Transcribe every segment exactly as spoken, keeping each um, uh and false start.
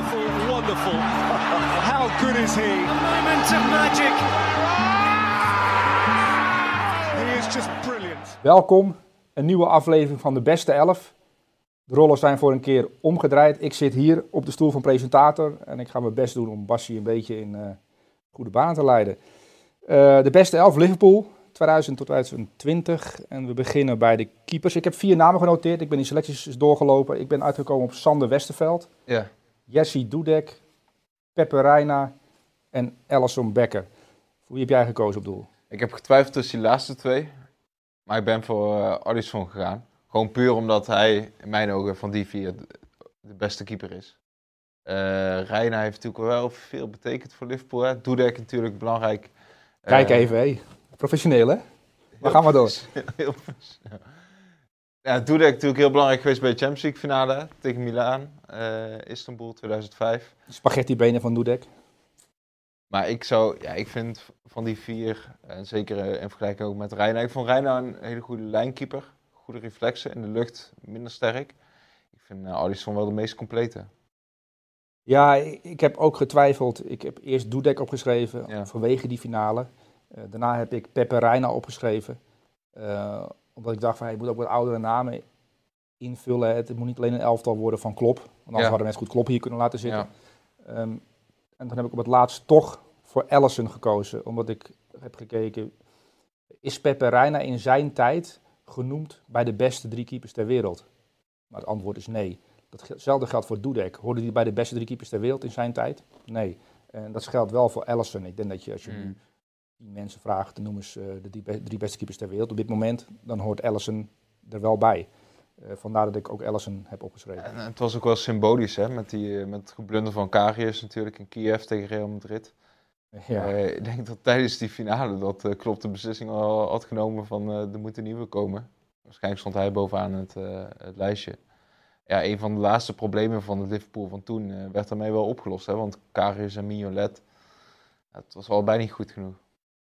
wonderful, wonderful. How good is he? A moment of magic. He is just brilliant. Welkom, een nieuwe aflevering van de Beste Elf. De rollen zijn voor een keer omgedraaid. Ik zit hier op de stoel van presentator en ik ga mijn best doen om Bassie een beetje in uh, goede banen te leiden. Uh, de Beste Elf Liverpool, tweeduizend tot tweeduizend twintig. En we beginnen bij de keepers. Ik heb vier namen genoteerd. Ik ben die selecties doorgelopen. Ik ben uitgekomen op Sander Westerveld, ja. Jesse Dudek, Pepe Reina en Alisson Becker. Voor wie heb jij gekozen op doel? Ik heb getwijfeld tussen die laatste twee. Maar ik ben voor uh, Alisson gegaan. Gewoon puur omdat hij in mijn ogen van die vier de, de beste keeper is. Uh, Reina heeft natuurlijk wel veel betekend voor Liverpool. Hè. Dudek natuurlijk belangrijk. Kijk uh, even, hé. Professioneel, hè? We gaan maar door. Heel ja. Ja, Dudek natuurlijk heel belangrijk geweest bij de Champions League finale tegen Milaan. Uh, Istanbul tweeduizend vijf. Spaghetti-benen van Dudek. Maar ik zou, ja, ik vind van die vier, en zeker in vergelijking ook met Reina, ik vond Reina een hele goede lijnkeeper. Goede reflexen, in de lucht minder sterk. Ik vind uh, Alisson wel de meest complete. Ja, ik, ik heb ook getwijfeld. Ik heb eerst Dudek opgeschreven, Ja. vanwege die finale. Uh, daarna heb ik Pepe Reina opgeschreven. Uh, omdat ik dacht, van, hey, je moet ook wat oudere namen invullen. Het moet niet alleen een elftal worden van Klopp. Want anders Ja. hadden mensen goed Klopp hier kunnen laten zitten. Ja. Um, en dan heb ik op het laatst toch voor Alisson gekozen. Omdat ik heb gekeken, is Pepe Reina in zijn tijd genoemd bij de beste drie keepers ter wereld? Maar het antwoord is nee. Datzelfde geldt voor Dudek. Hoorde hij bij de beste drie keepers ter wereld in zijn tijd? Nee. En dat geldt wel voor Alisson. Ik denk dat je, als je Mm. nu die mensen vraagt, dan noemen ze de drie, drie beste keepers ter wereld. Op dit moment, dan hoort Alisson er wel bij. Uh, vandaar dat ik ook Alisson heb opgeschreven. En het was ook wel symbolisch, hè, met, die, met het geblunder van Karius natuurlijk in Kiev tegen Real Madrid. Ja. Uh, ik denk dat tijdens die finale dat uh, Klopp de beslissing al had genomen van uh, er moet een nieuwe komen. Waarschijnlijk stond hij bovenaan het, uh, het lijstje. Ja, een van de laatste problemen van het Liverpool van toen uh, werd daarmee wel opgelost. Hè, want Karius en Mignolet, ja, het was allebei niet goed genoeg.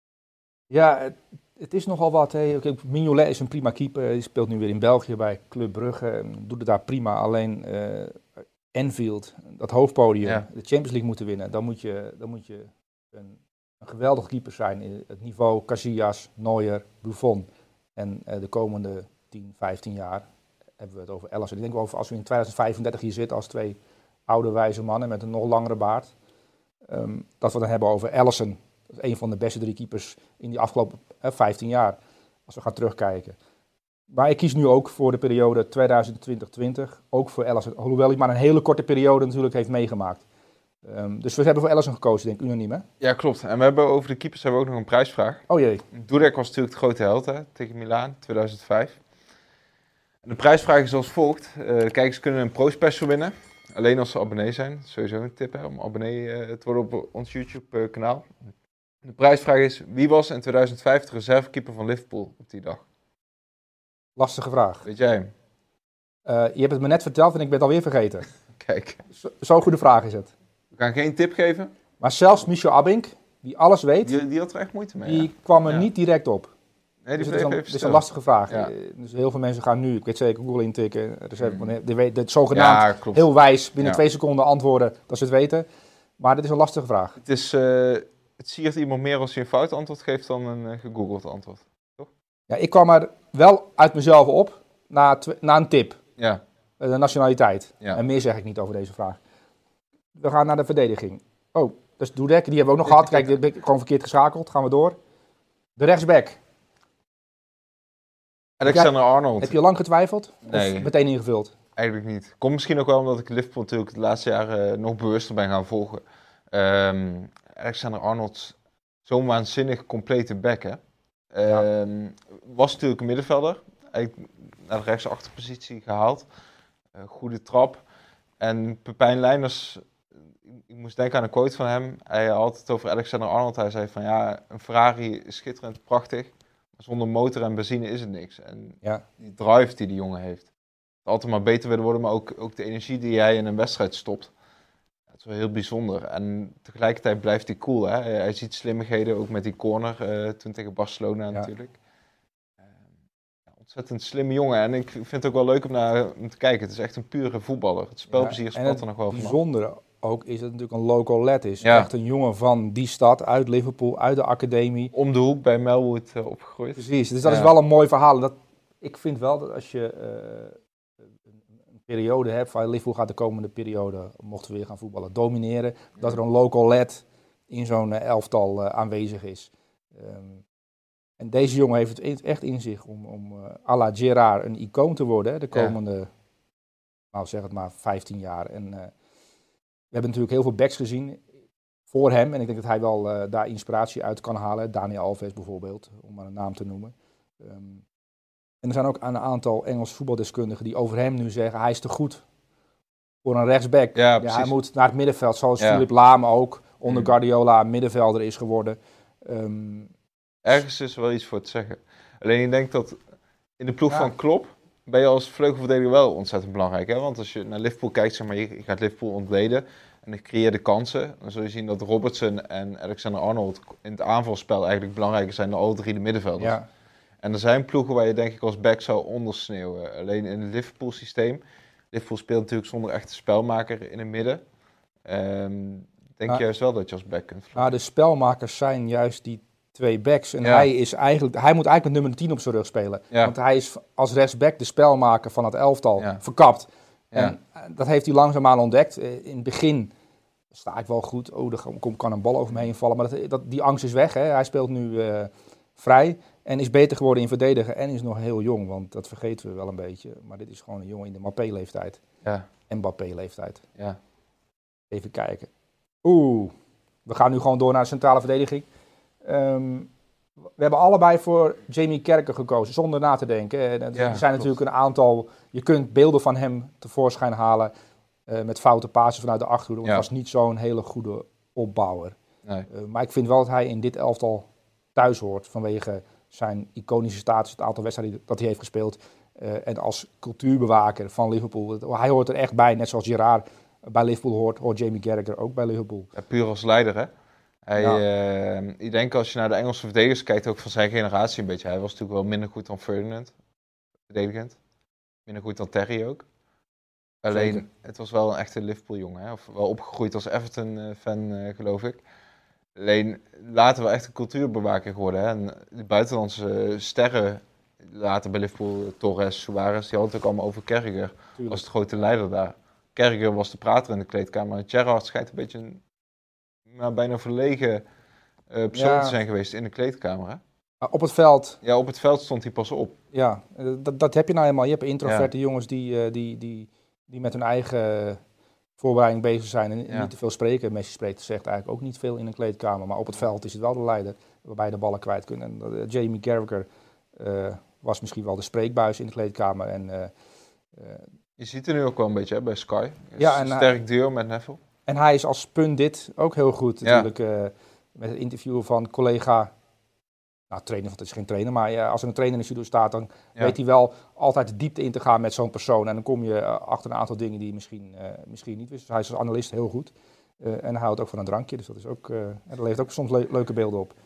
Ja, het, het is nogal wat. Hè. Mignolet is een prima keeper. Hij speelt nu weer in België bij Club Brugge. En doet het daar prima. Alleen uh, Anfield, dat hoofdpodium, Ja. de Champions League moeten winnen. Dan moet je, dan moet je een, een geweldig keeper zijn. In het niveau Casillas, Neuer, Buffon. En uh, de komende tien, vijftien jaar hebben we het over Alisson. Ik denk wel over als we in tweeduizend vijfendertig hier zitten als twee oude wijze mannen met een nog langere baard. Um, dat we dan hebben over Alisson. Dat is een van de beste drie keepers in die afgelopen eh, vijftien jaar. Als we gaan terugkijken. Maar ik kies nu ook voor de periode tweeduizend twintig twintig. Ook voor Alisson. Hoewel hij maar een hele korte periode natuurlijk heeft meegemaakt. Um, dus we hebben voor Alisson gekozen, denk ik, unaniem, hè? Ja, klopt. En we hebben over de keepers hebben we ook nog een prijsvraag. Oh jee. Dudek was natuurlijk de grote held, hè, tegen Milaan tweeduizend vijf. En de prijsvraag is als volgt. Uh, de kijkers kunnen een pro-special winnen. Alleen als ze abonnee zijn. Sowieso een tip, hè, om abonnee uh, te worden op ons YouTube-kanaal. De prijsvraag is, wie was in tweeduizend vijf de reservekeeper van Liverpool op die dag? Lastige vraag. Weet jij hem? Uh, je hebt het me net verteld en ik ben het alweer vergeten. Kijk. Zo, zo'n goede vraag is het. We gaan geen tip geven. Maar zelfs Michel Abink, die alles weet, Die, die had er echt moeite mee. die Ja. kwam er Ja. niet direct op. Nee, die Dus het is, een, bleef het is even een lastige vraag. Ja. Dus heel veel mensen gaan nu, ik weet zeker, Google intikken. Dus Mm. de, de, de, zogenaamd Ja, klopt. heel wijs binnen Ja. twee seconden antwoorden dat ze het weten. Maar dit is een lastige vraag. Het, is, uh, het siert iemand meer als hij een fout antwoord geeft dan een uh, gegoogeld antwoord. Ja, ik kwam er wel uit mezelf op na, tw- na een tip. Ja. De nationaliteit. Ja. En meer zeg ik niet over deze vraag. We gaan naar de verdediging. Oh, dat is Dudek. Die hebben we ook nog gehad. Kijk, die heb ik gewoon verkeerd geschakeld. Gaan we door. De rechtsback. Alexander Arnold. Heb je lang getwijfeld? Nee. Of meteen ingevuld? Eigenlijk niet. Komt misschien ook wel omdat ik Liverpool natuurlijk de laatste jaren uh, nog bewuster ben gaan volgen. Um, Alexander Arnold, zo'n waanzinnig complete back, hè. Um, ja. Was natuurlijk een middenvelder. Eigenlijk naar de rechtsachterpositie gehaald. Uh, goede trap. En Pepijn Leijners, ik moest denken aan een quote van hem. Hij had het over Alexander Arnold. Hij zei van ja, een Ferrari is schitterend, prachtig. Maar zonder motor en benzine is het niks. En ja. die drive die die jongen heeft. Altijd maar beter willen worden, maar ook, ook de energie die jij in een wedstrijd stopt. Dat is wel heel bijzonder. En tegelijkertijd blijft hij cool. Hè? Hij ziet slimmigheden, ook met die corner uh, toen tegen Barcelona ja. natuurlijk. Uh, ja, ontzettend slimme jongen. En ik vind het ook wel leuk om naar hem te kijken. Het is echt een pure voetballer. Het spelplezier ja, spat er nog wel van. Het bijzondere ook is het natuurlijk een local lad is. Ja. Echt een jongen van die stad, uit Liverpool, uit de academie. Om de hoek bij Melwood uh, opgegroeid. Precies, dus dat Ja. is wel een mooi verhaal. Dat, ik vind wel dat als je uh, een, een periode hebt, van Liverpool gaat de komende periode, mochten we weer gaan voetballen, domineren, ja. dat er een local lad in zo'n uh, elftal uh, aanwezig is. Um, en deze jongen heeft het echt in zich om, om uh, à la Gerrard een icoon te worden, hè, de komende, ja. nou zeg het maar, vijftien jaar. En uh, we hebben natuurlijk heel veel backs gezien voor hem. En ik denk dat hij wel uh, daar inspiratie uit kan halen. Daniel Alves bijvoorbeeld, om maar een naam te noemen. Um, en er zijn ook een aantal Engelse voetbaldeskundigen die over hem nu zeggen, hij is te goed voor een rechtsback. Ja, ja, hij moet naar het middenveld, zoals ja. Philipp Lahm ook onder mm. Guardiola middenvelder is geworden. Um, Ergens is er wel iets voor te zeggen. Alleen ik denk dat in de ploeg ja. van Klopp ben je als vleugelverdediger wel ontzettend belangrijk. Hè? Want als je naar Liverpool kijkt, zeg maar, je gaat Liverpool ontleden en je creëert de kansen. Dan zul je zien dat Robertson en Alexander-Arnold in het aanvalspel eigenlijk belangrijker zijn dan alle drie de middenvelders. Ja. En er zijn ploegen waar je denk ik als back zou ondersneeuwen. Alleen in het Liverpool systeem. Liverpool speelt natuurlijk zonder echte spelmaker in het midden. Um, denk ja. je juist wel dat je als back kunt vlogen. Nou, de spelmakers zijn juist die twee backs. En ja. hij, is eigenlijk, hij moet eigenlijk met nummer tien op zijn rug spelen. Ja. Want hij is als rechtsback de spelmaker van het elftal ja. verkapt. En ja. dat heeft hij langzaamaan ontdekt. In het begin sta ik wel goed. Oh, er kan een bal over me heen vallen. Maar dat, dat, die angst is weg. Hè. Hij speelt nu uh, vrij. En is beter geworden in verdedigen. En is nog heel jong. Want dat vergeten we wel een beetje. Maar dit is gewoon een jongen in de Mbappé-leeftijd. Ja. Mbappé-leeftijd. Ja. Even kijken. Oeh. We gaan nu gewoon door naar de centrale verdediging. Um, we hebben allebei voor Jamie Carragher gekozen, zonder na te denken. Er ja, zijn klopt. natuurlijk een aantal, je kunt beelden van hem tevoorschijn halen uh, met foute passes vanuit de achterhoede. Want ja. hij was niet zo'n hele goede opbouwer. Nee. Uh, maar ik vind wel dat hij in dit elftal thuis hoort vanwege zijn iconische status, het aantal wedstrijden dat hij heeft gespeeld. Uh, en als cultuurbewaker van Liverpool. Hij hoort er echt bij, net zoals Gerrard bij Liverpool hoort, hoort Jamie Carragher ook bij Liverpool. Ja, puur als leider, hè? Hij, ja. uh, ik denk als je naar de Engelse verdedigers kijkt, ook van zijn generatie een beetje. Hij was natuurlijk wel minder goed dan Ferdinand, verdedigend. Minder goed dan Terry ook. Alleen, Zeker. Het was wel een echte Liverpool-jongen. Hè? Of wel opgegroeid als Everton-fan, uh, geloof ik. Alleen, later wel echt een cultuurbewaker geworden. Hè? En de buitenlandse sterren, later bij Liverpool, Torres, Suarez, die hadden het ook allemaal over Carragher. Tuurlijk. Als de grote leider daar. Carragher was de prater in de kleedkamer. Gerrard schijnt een beetje een maar bijna verlegen uh, persoon ja. te zijn geweest in de kleedkamer. Hè? Uh, op het veld? Ja, op het veld stond hij pas op. Ja, uh, dat, dat heb je nou helemaal. Je hebt introverte ja. jongens die, uh, die, die, die met hun eigen voorbereiding bezig zijn en ja. niet te veel spreken. Messi spreekt zegt eigenlijk ook niet veel in een kleedkamer, maar op het veld is het wel de leider waarbij je de ballen kwijt kunt. En uh, Jamie Carragher uh, was misschien wel de spreekbuis in de kleedkamer. En, uh, uh, je ziet er nu ook wel een beetje hè, bij Sky. Ja, en, sterk uh, duo met Neville. En hij is als pundit ook heel goed natuurlijk. Ja. Uh, met het interview van collega, nou trainer, want het is geen trainer, maar ja, als er een trainer in de studio staat, dan ja. weet hij wel altijd de diepte in te gaan met zo'n persoon. En dan kom je uh, achter een aantal dingen die je misschien, uh, misschien niet wist. Dus hij is als analist heel goed. Uh, en hij houdt ook van een drankje, dus dat is ook, uh, dat levert ook soms le- leuke beelden op.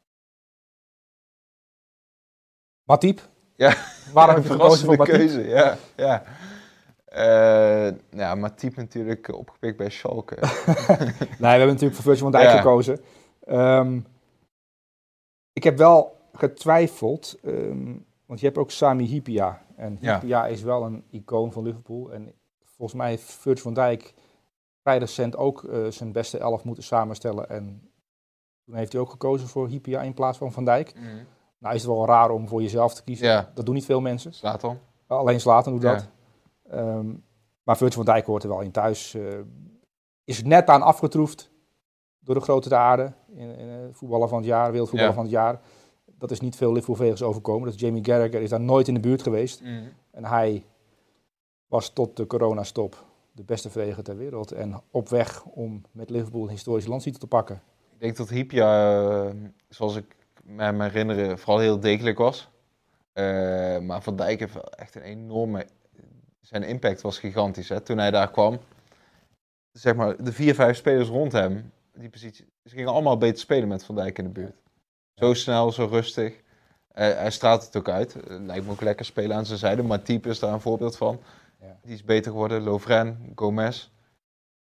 Matip? Ja, waarom heb je gekozen voor Matip? Keuze, ja, ja. Uh, ja, Matip natuurlijk opgepikt bij Schalke. Nee, we hebben natuurlijk voor Virgil van Dijk ja. gekozen. Um, ik heb wel getwijfeld, um, want je hebt ook Sami Hyypiä. En Hyypiä ja. is wel een icoon van Liverpool. En volgens mij heeft Virgil van Dijk vrij recent ook uh, zijn beste elf moeten samenstellen. En toen heeft hij ook gekozen voor Hyypiä in plaats van Van Dijk. Mm. Nou is het wel raar om voor jezelf te kiezen. Ja. Dat doen niet veel mensen. Zlatan. Alleen Zlatan doet ja. dat. Um, maar Virgil van Dijk hoort er wel in thuis. Uh, is net aan afgetroefd door de grote aarde. In, in uh, voetballer van het jaar, wereldvoetballer ja. van het jaar. Dat is niet veel Liverpool-vegers overkomen. Dus Jamie Carragher is daar nooit in de buurt geweest. Mm. En hij was tot de coronastop de beste verdediger ter wereld. En op weg om met Liverpool een historische landstitel te pakken. Ik denk dat Hyypiä, uh, zoals ik me herinner, vooral heel degelijk was. Uh, maar Van Dijk heeft echt een enorme... Zijn impact was gigantisch. Hè? Toen hij daar kwam, zeg maar, de vier, vijf spelers rond hem, die positie, ze gingen allemaal beter spelen met Van Dijk in de buurt. Zo ja. snel, zo rustig. Uh, hij straalt het ook uit. Uh, lijkt me ook lekker spelen aan zijn zijde. Matip is daar een voorbeeld van. Ja. Die is beter geworden. Lovren, Gomez.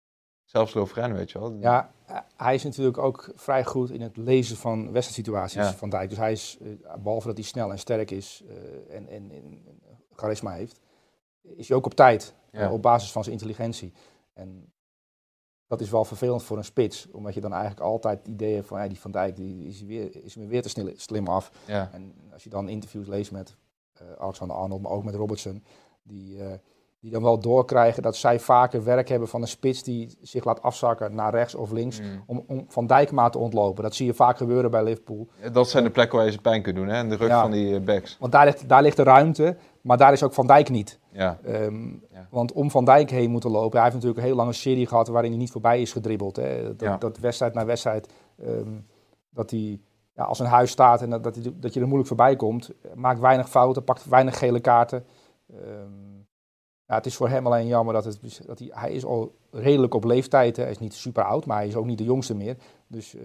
zelfs Lovren, weet je wel. Ja, hij is natuurlijk ook vrij goed in het lezen van wedstrijdsituaties Ja. van Dijk. Dus hij is, uh, behalve dat hij snel en sterk is uh, en, en, en charisma heeft, is hij ook op tijd, Ja. uh, op basis van zijn intelligentie. En dat is wel vervelend voor een spits, omdat je dan eigenlijk altijd het idee hebt van ja, die Van Dijk die is, weer, is weer te snel, slim af. Ja. En als je dan interviews leest met uh, Alexander-Arnold, maar ook met Robertson, die, uh, die dan wel doorkrijgen dat zij vaker werk hebben van een spits die zich laat afzakken naar rechts of links, Mm. om, om Van Dijk maar te ontlopen. Dat zie je vaak gebeuren bij Liverpool. Dat zijn de plekken waar je ze pijn kunt doen, hè? In de rug Ja. van die uh, backs. Want daar ligt, daar ligt de ruimte, maar daar is ook Van Dijk niet. Ja. Um, Ja. Want om Van Dijk heen moeten lopen, hij heeft natuurlijk een heel lange serie gehad waarin hij niet voorbij is gedribbeld. Hè. Dat, Ja. dat wedstrijd na wedstrijd, um, dat hij ja, als een huis staat en dat, dat, hij, dat je er moeilijk voorbij komt, maakt weinig fouten, pakt weinig gele kaarten. Um, ja, het is voor hem alleen jammer dat, het, dat hij, hij is al redelijk op leeftijd, hè. Hij is niet super oud, maar hij is ook niet de jongste meer. Dus uh,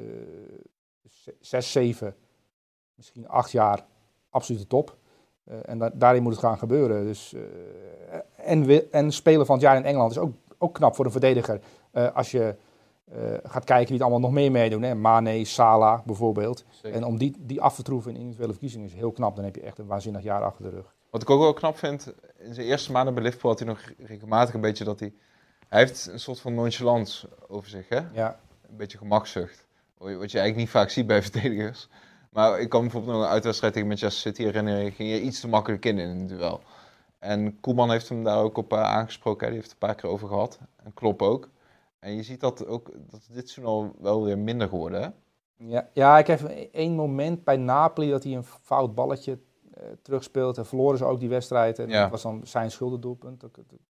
zes, zeven, misschien acht jaar, absolute top. Uh, en da- daarin moet het gaan gebeuren. Dus, uh, en, we, en speler van het jaar in Engeland is ook, ook knap voor een verdediger. Uh, als je uh, gaat kijken wie het allemaal nog meer meedoen. Hè. Mane, Salah bijvoorbeeld. Zeker. En om die, die af te troeven in individuele verkiezingen is heel knap. Dan heb je echt een waanzinnig jaar achter de rug. Wat ik ook wel knap vind, in zijn eerste maanden bij Liverpool had hij nog regelmatig een beetje dat hij... Hij heeft een soort van nonchalance over zich, hè? Ja. Een beetje gemakzucht. Wat je eigenlijk niet vaak ziet bij verdedigers. Maar ik kan me bijvoorbeeld nog een uitwedstrijd tegen Manchester City herinneren. Ging je iets te makkelijk in in een duel. En Koeman heeft hem daar ook op uh, aangesproken. Hè? Die heeft het een paar keer over gehad. En Klopp ook. En je ziet dat, ook, dat dit seizoen al wel weer minder geworden, hè? Ja, ja, ik heb één moment bij Napoli dat hij een fout balletje uh, terugspeelt. En verloren ze ook die wedstrijd. En Ja. dat was dan zijn schuldendoelpunt.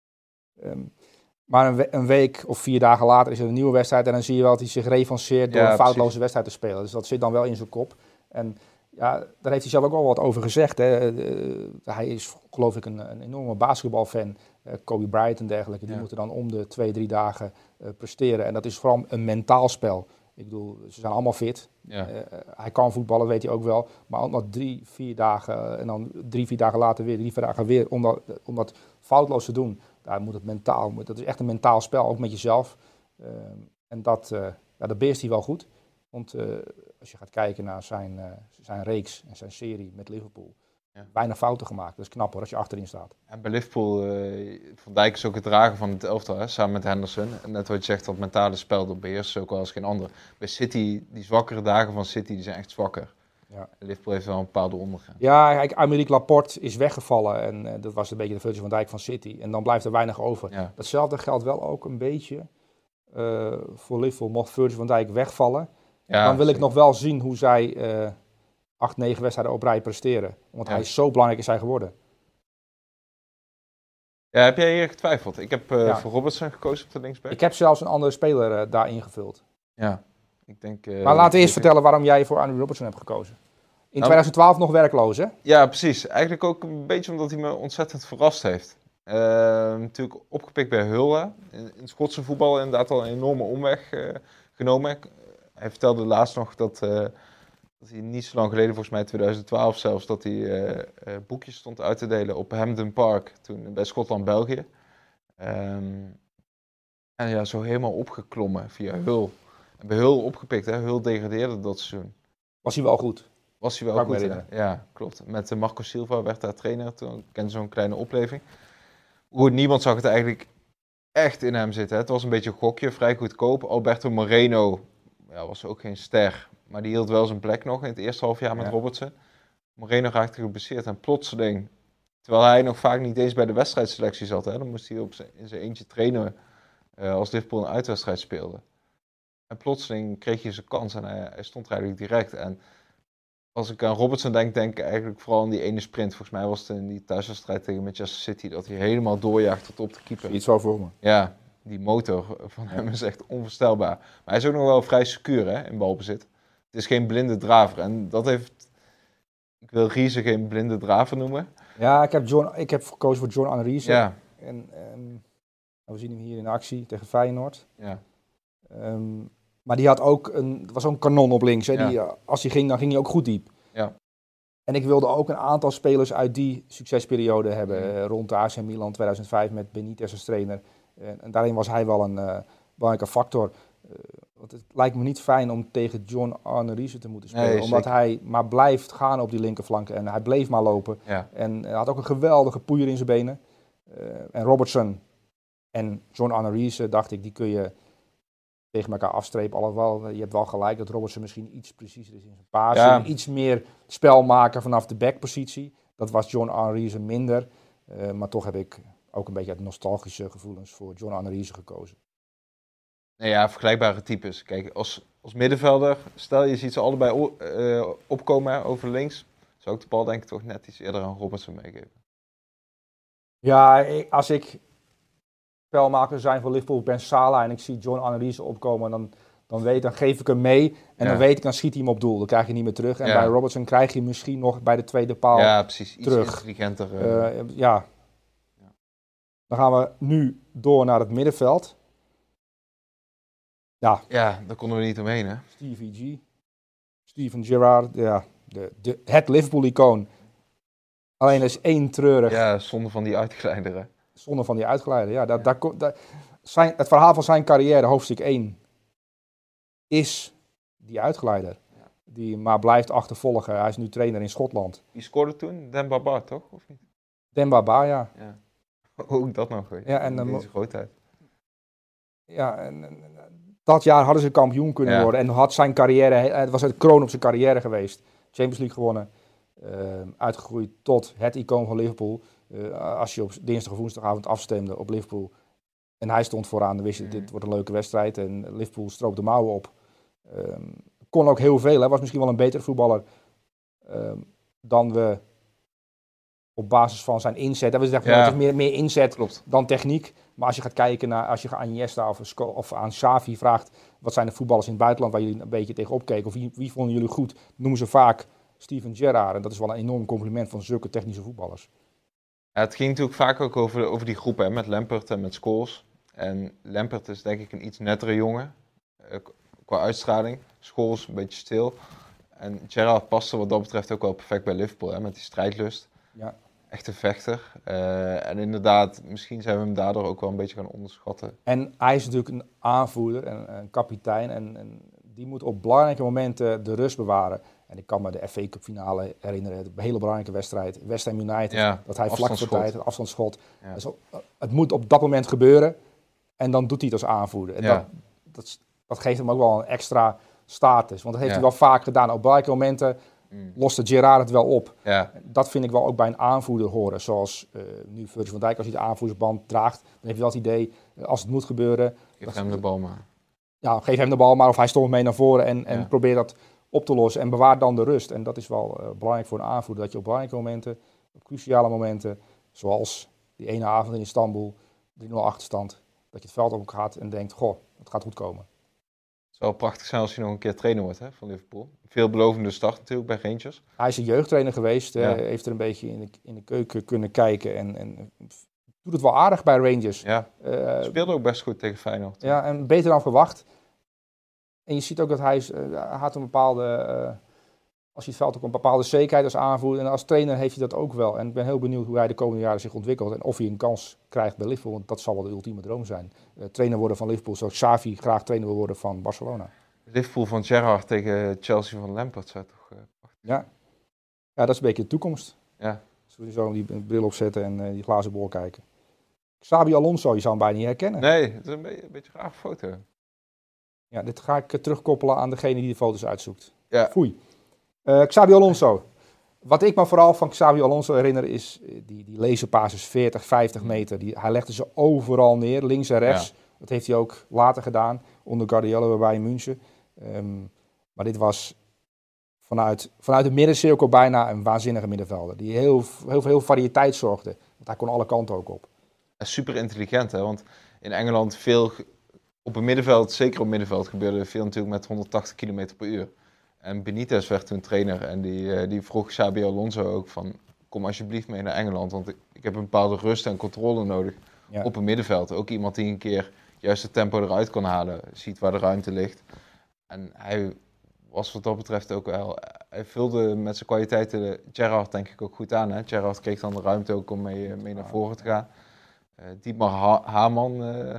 Um, maar een, we- een week of vier dagen later is er een nieuwe wedstrijd. En dan zie je wel dat hij zich revanceert door Ja, een foutloze precies. wedstrijd te spelen. Dus dat zit dan wel in zijn kop. En ja, daar heeft hij zelf ook al wat over gezegd. Hè. Uh, hij is geloof ik een, een enorme basketbalfan. Uh, Kobe Bryant en dergelijke. Die Ja. moeten dan om de twee, drie dagen uh, presteren. En dat is vooral een mentaal spel. Ik bedoel, ze zijn allemaal fit. Ja. Uh, hij kan voetballen, weet hij ook wel. Maar om dat drie, vier dagen uh, en dan drie, vier dagen later weer, drie, vier dagen weer, om dat, om dat foutloos te doen, daar moet het mentaal, moet, dat is echt een mentaal spel, ook met jezelf. Uh, en dat, uh, ja, dat beheerst hij wel goed. Want uh, als je gaat kijken naar zijn, uh, zijn reeks en zijn serie met Liverpool, ja. weinig fouten gemaakt. Dat is knap hoor, als je achterin staat. En bij Liverpool, uh, Van Dijk is ook het dragen van het elftal, hè, samen met Henderson. En net wat je zegt, dat mentale spel, dat beheerst ze ook wel als geen ander. Bij City, die zwakkere dagen van City, die zijn echt zwakker. Ja. Liverpool heeft wel een bepaalde ondergang. Ja, kijk, Aymeric Laporte is weggevallen en uh, dat was een beetje de Virgil van Dijk van City. En dan blijft er weinig over. Ja. Datzelfde geldt wel ook een beetje uh, voor Liverpool. Mocht Virgil van Dijk wegvallen, Ja, dan wil zeker. ik nog wel zien hoe zij uh, acht, negen wedstrijden op rij presteren. Want Ja. hij is zo belangrijk is hij geworden. Ja, heb jij hier getwijfeld? Ik heb uh, Ja. voor Robertson gekozen op de linksback. Ik heb zelfs een andere speler uh, daar ingevuld. Ja, ik denk... Uh, maar laten we eerst ik... vertellen waarom jij voor Andrew Robertson hebt gekozen. In Nou, twintig twaalf nog werkloos, hè? Ja, precies. Eigenlijk ook een beetje omdat hij me ontzettend verrast heeft. Uh, natuurlijk opgepikt bij Hull. In, in het Schotse voetbal inderdaad al een enorme omweg uh, genomen. Hij vertelde laatst nog dat, uh, dat hij niet zo lang geleden, volgens mij twintig twaalf zelfs, dat hij uh, uh, boekjes stond uit te delen op Hampden Park, toen bij Schotland-België. Um, en ja, zo helemaal opgeklommen via Hull. En bij Hull opgepikt, hè. Hull degradeerde dat seizoen. Was hij wel goed? Was hij wel Kan goed, ik ja. Ja, klopt. Met uh, Marco Silva werd daar trainer, toen kende zo'n kleine opleving. Goed, niemand zag het eigenlijk echt in hem zitten. Hè. Het was een beetje een gokje, vrij goedkoop. Alberto Moreno ja, was ook geen ster, maar die hield wel zijn plek nog in het eerste half jaar met Ja. Robertson. Moreno raakte geblesseerd en plotseling, terwijl hij nog vaak niet eens bij de wedstrijdselectie zat, hè, dan moest hij op zijn, in zijn eentje trainen uh, als Liverpool een uitwedstrijd speelde. En plotseling kreeg hij zijn kans en hij, hij stond er eigenlijk direct. En als ik aan Robertson denk, denk ik eigenlijk vooral aan die ene sprint. Volgens mij was het in die thuiswedstrijd tegen Manchester City dat hij helemaal doorjaagt tot op de keeper. Iets wel voor me. Ja, die motor van Ja. hem is echt onvoorstelbaar. Maar hij is ook nog wel vrij secuur, hè, in balbezit. Het is geen blinde draver. En dat heeft... Ik wil Riese geen blinde draver noemen. Ja, ik heb, John, ik heb gekozen voor John Anriese. Ja, En um, we zien hem hier in actie tegen Feyenoord. ja, Um, maar die had ook een, het was ook een kanon op links. Hè? Ja. Die, uh, als hij ging, dan ging hij ook goed diep. Ja. En ik wilde ook een aantal spelers uit die succesperiode hebben. Mm. Uh, rond de A C Milan tweeduizend vijf met Benitez als trainer. En, en daarin was hij wel een, uh, belangrijke factor. Uh, want het lijkt me niet fijn om tegen John Arne Riise te moeten spelen. Nee, omdat zeker. hij maar blijft gaan op die linkerflank. En hij bleef maar lopen. Ja. En hij had ook een geweldige poeier in zijn benen. Uh, en Robertson en John Arne Riise, dacht ik, die kun je tegen elkaar afstrepen. Alhoewel, je hebt wel gelijk dat Robertson misschien iets preciezer is in zijn passing. Ja. Iets meer spel maken vanaf de backpositie. Dat was John Arne Riise minder. Uh, maar toch heb ik ook een beetje uit nostalgische gevoelens voor John Arne Riise gekozen. Nee, ja, vergelijkbare types. Kijk, als, als middenvelder, stel je ziet ze allebei o- uh, opkomen over links, zou ik de bal denk ik toch net iets eerder aan Robertson meegeven. Ja, ik, als ik spelmaker zijn voor Liverpool, Ben Salah en ik zie John Arne Riise opkomen, dan, dan, weet, dan geef ik hem mee en Ja. dan weet ik, dan schiet hij hem op doel. Dan krijg je niet meer terug. En Ja. bij Robertson krijg je misschien nog bij de tweede paal Ja, precies. Iets terug. intelligenter. Uh, Uh, ja. Dan gaan we nu door naar het middenveld. Ja, ja, daar konden we niet omheen, hè? Stevie G, Steven Gerrard, ja, de, de, het Liverpool-icoon. Alleen er is één treurig. Ja, zonder van die uitgeleider, hè? Zonder van die uitgeleider. Ja, daar, daar, daar, zijn, het verhaal van zijn carrière, hoofdstuk één, is die uitgeleider. Ja. Die maar blijft achtervolgen. Hij is nu trainer in Schotland. Die scoorde toen? Demba Ba, toch? Of niet? Demba Ba, ja. Ja. Ook dat nog, weet je. Ja, en dan deze grootheid. Ja, en, en dat jaar hadden ze kampioen kunnen Ja. worden. En had zijn carrière, het was het kroon op zijn carrière geweest. Champions League gewonnen. Uh, uitgegroeid tot het icoon van Liverpool. Uh, als je op dinsdag of woensdagavond afstemde op Liverpool. En hij stond vooraan, dan wist je, Mm. dit wordt een leuke wedstrijd. En Liverpool stroop de mouwen op. Um, kon ook heel veel. Hij was misschien wel een betere voetballer um, dan we op basis van zijn inzet. Dat was echt Ja. het is meer, meer inzet Klopt. dan techniek. Maar als je gaat kijken naar, als je aan Iniesta of, Sco- of aan Xavi vraagt, wat zijn de voetballers in het buitenland waar jullie een beetje tegen opkeken? Of wie, wie vonden jullie goed? Noemen ze vaak Steven Gerrard. En dat is wel een enorm compliment van zulke technische voetballers. Ja, het ging natuurlijk vaak ook over, over die groep, hè, met Lampert en met Scholes. En Lampert is denk ik een iets nettere jongen, uh, qua uitstraling. Scholes een beetje stil. En Gerrard paste wat dat betreft ook wel perfect bij Liverpool, hè, met die strijdlust. Ja. Echte vechter. Uh, en inderdaad, misschien zijn we hem daardoor ook wel een beetje gaan onderschatten. En hij is natuurlijk een aanvoerder en een kapitein. En, en die moet op belangrijke momenten de rust bewaren. En ik kan me de F A Cup finale herinneren, een hele belangrijke wedstrijd. West Ham United, Ja, dat hij vlak voor tijd, het afstandsschot. Ja. Dus op, het moet op dat moment gebeuren. En dan doet hij het als aanvoerder. En Ja. dat, dat, dat geeft hem ook wel een extra status. Want dat heeft Ja. hij wel vaak gedaan. Op belangrijke momenten Mm. loste Gerrard het wel op. Ja. Dat vind ik wel ook bij een aanvoerder horen. Zoals uh, nu Virgil van Dijk, als hij de aanvoerdersband draagt, dan heb je wel het idee, uh, als het moet gebeuren, Geef hem de bal maar. ja, geef hem de bal maar of hij stond mee naar voren en, en Ja. probeer dat op te lossen en bewaar dan de rust. En dat is wel uh, belangrijk voor een aanvoerder, dat je op belangrijke momenten, op cruciale momenten, zoals die ene avond in Istanbul, drie nul achterstand, dat je het veld op gaat en denkt, goh, het gaat goed komen. Het zou prachtig zijn als hij nog een keer trainer wordt, hè, van Liverpool. Veelbelovende start natuurlijk bij Rangers. Hij is een jeugdtrainer geweest, Ja. uh, heeft er een beetje in de, in de keuken kunnen kijken en, en doet het wel aardig bij Rangers. Ja, Uh, speelde ook best goed tegen Feyenoord. Ja, en beter dan verwacht. En je ziet ook dat hij, is, uh, hij had een bepaalde, uh, als je het veld ook een bepaalde zekerheid als aanvoerder. En als trainer heeft hij dat ook wel. En ik ben heel benieuwd hoe hij de komende jaren zich ontwikkelt. En of hij een kans krijgt bij Liverpool, want dat zal wel de ultieme droom zijn. Uh, trainer worden van Liverpool, zoals Xavi graag trainer wil worden van Barcelona. Liverpool van Gerrard tegen Chelsea van Lampard zou toch... Uh, ja. ja, dat is een beetje de toekomst. Ja. Zullen we zo die bril opzetten en uh, die glazen bol kijken. Xabi Alonso, je zou hem bijna niet herkennen. Nee, het is een beetje een, beetje een raar foto. Ja, dit ga ik uh, terugkoppelen aan degene die de foto's uitzoekt. Ja. Foei. Uh, Xabi Alonso. Wat ik me vooral van Xabi Alonso herinner is uh, die, die laserpasses veertig, vijftig meter. Die, hij legde ze overal neer, links en rechts. Ja. Dat heeft hij ook later gedaan, onder Guardiola bij in München. Um, maar dit was vanuit, vanuit de middencirkel bijna een waanzinnige middenvelder. Die heel, heel veel variëteit zorgde. Want hij kon alle kanten ook op. Super intelligent, hè? Want in Engeland veel... Op het middenveld, zeker op het middenveld, gebeurde veel natuurlijk met honderdtachtig kilometer per uur. En Benitez werd toen trainer en die, die vroeg Xabi Alonso ook van... Kom alsjeblieft mee naar Engeland, want ik, ik heb een bepaalde rust en controle nodig ja. op het middenveld. Ook iemand die een keer juist het tempo eruit kon halen, ziet waar de ruimte ligt. En hij was wat dat betreft ook wel... Hij vulde met zijn kwaliteiten Gerrard denk ik ook goed aan. Hè? Gerrard kreeg dan de ruimte ook om mee, mee naar voren te gaan. Uh, Dietmar ha- Hamann... Uh,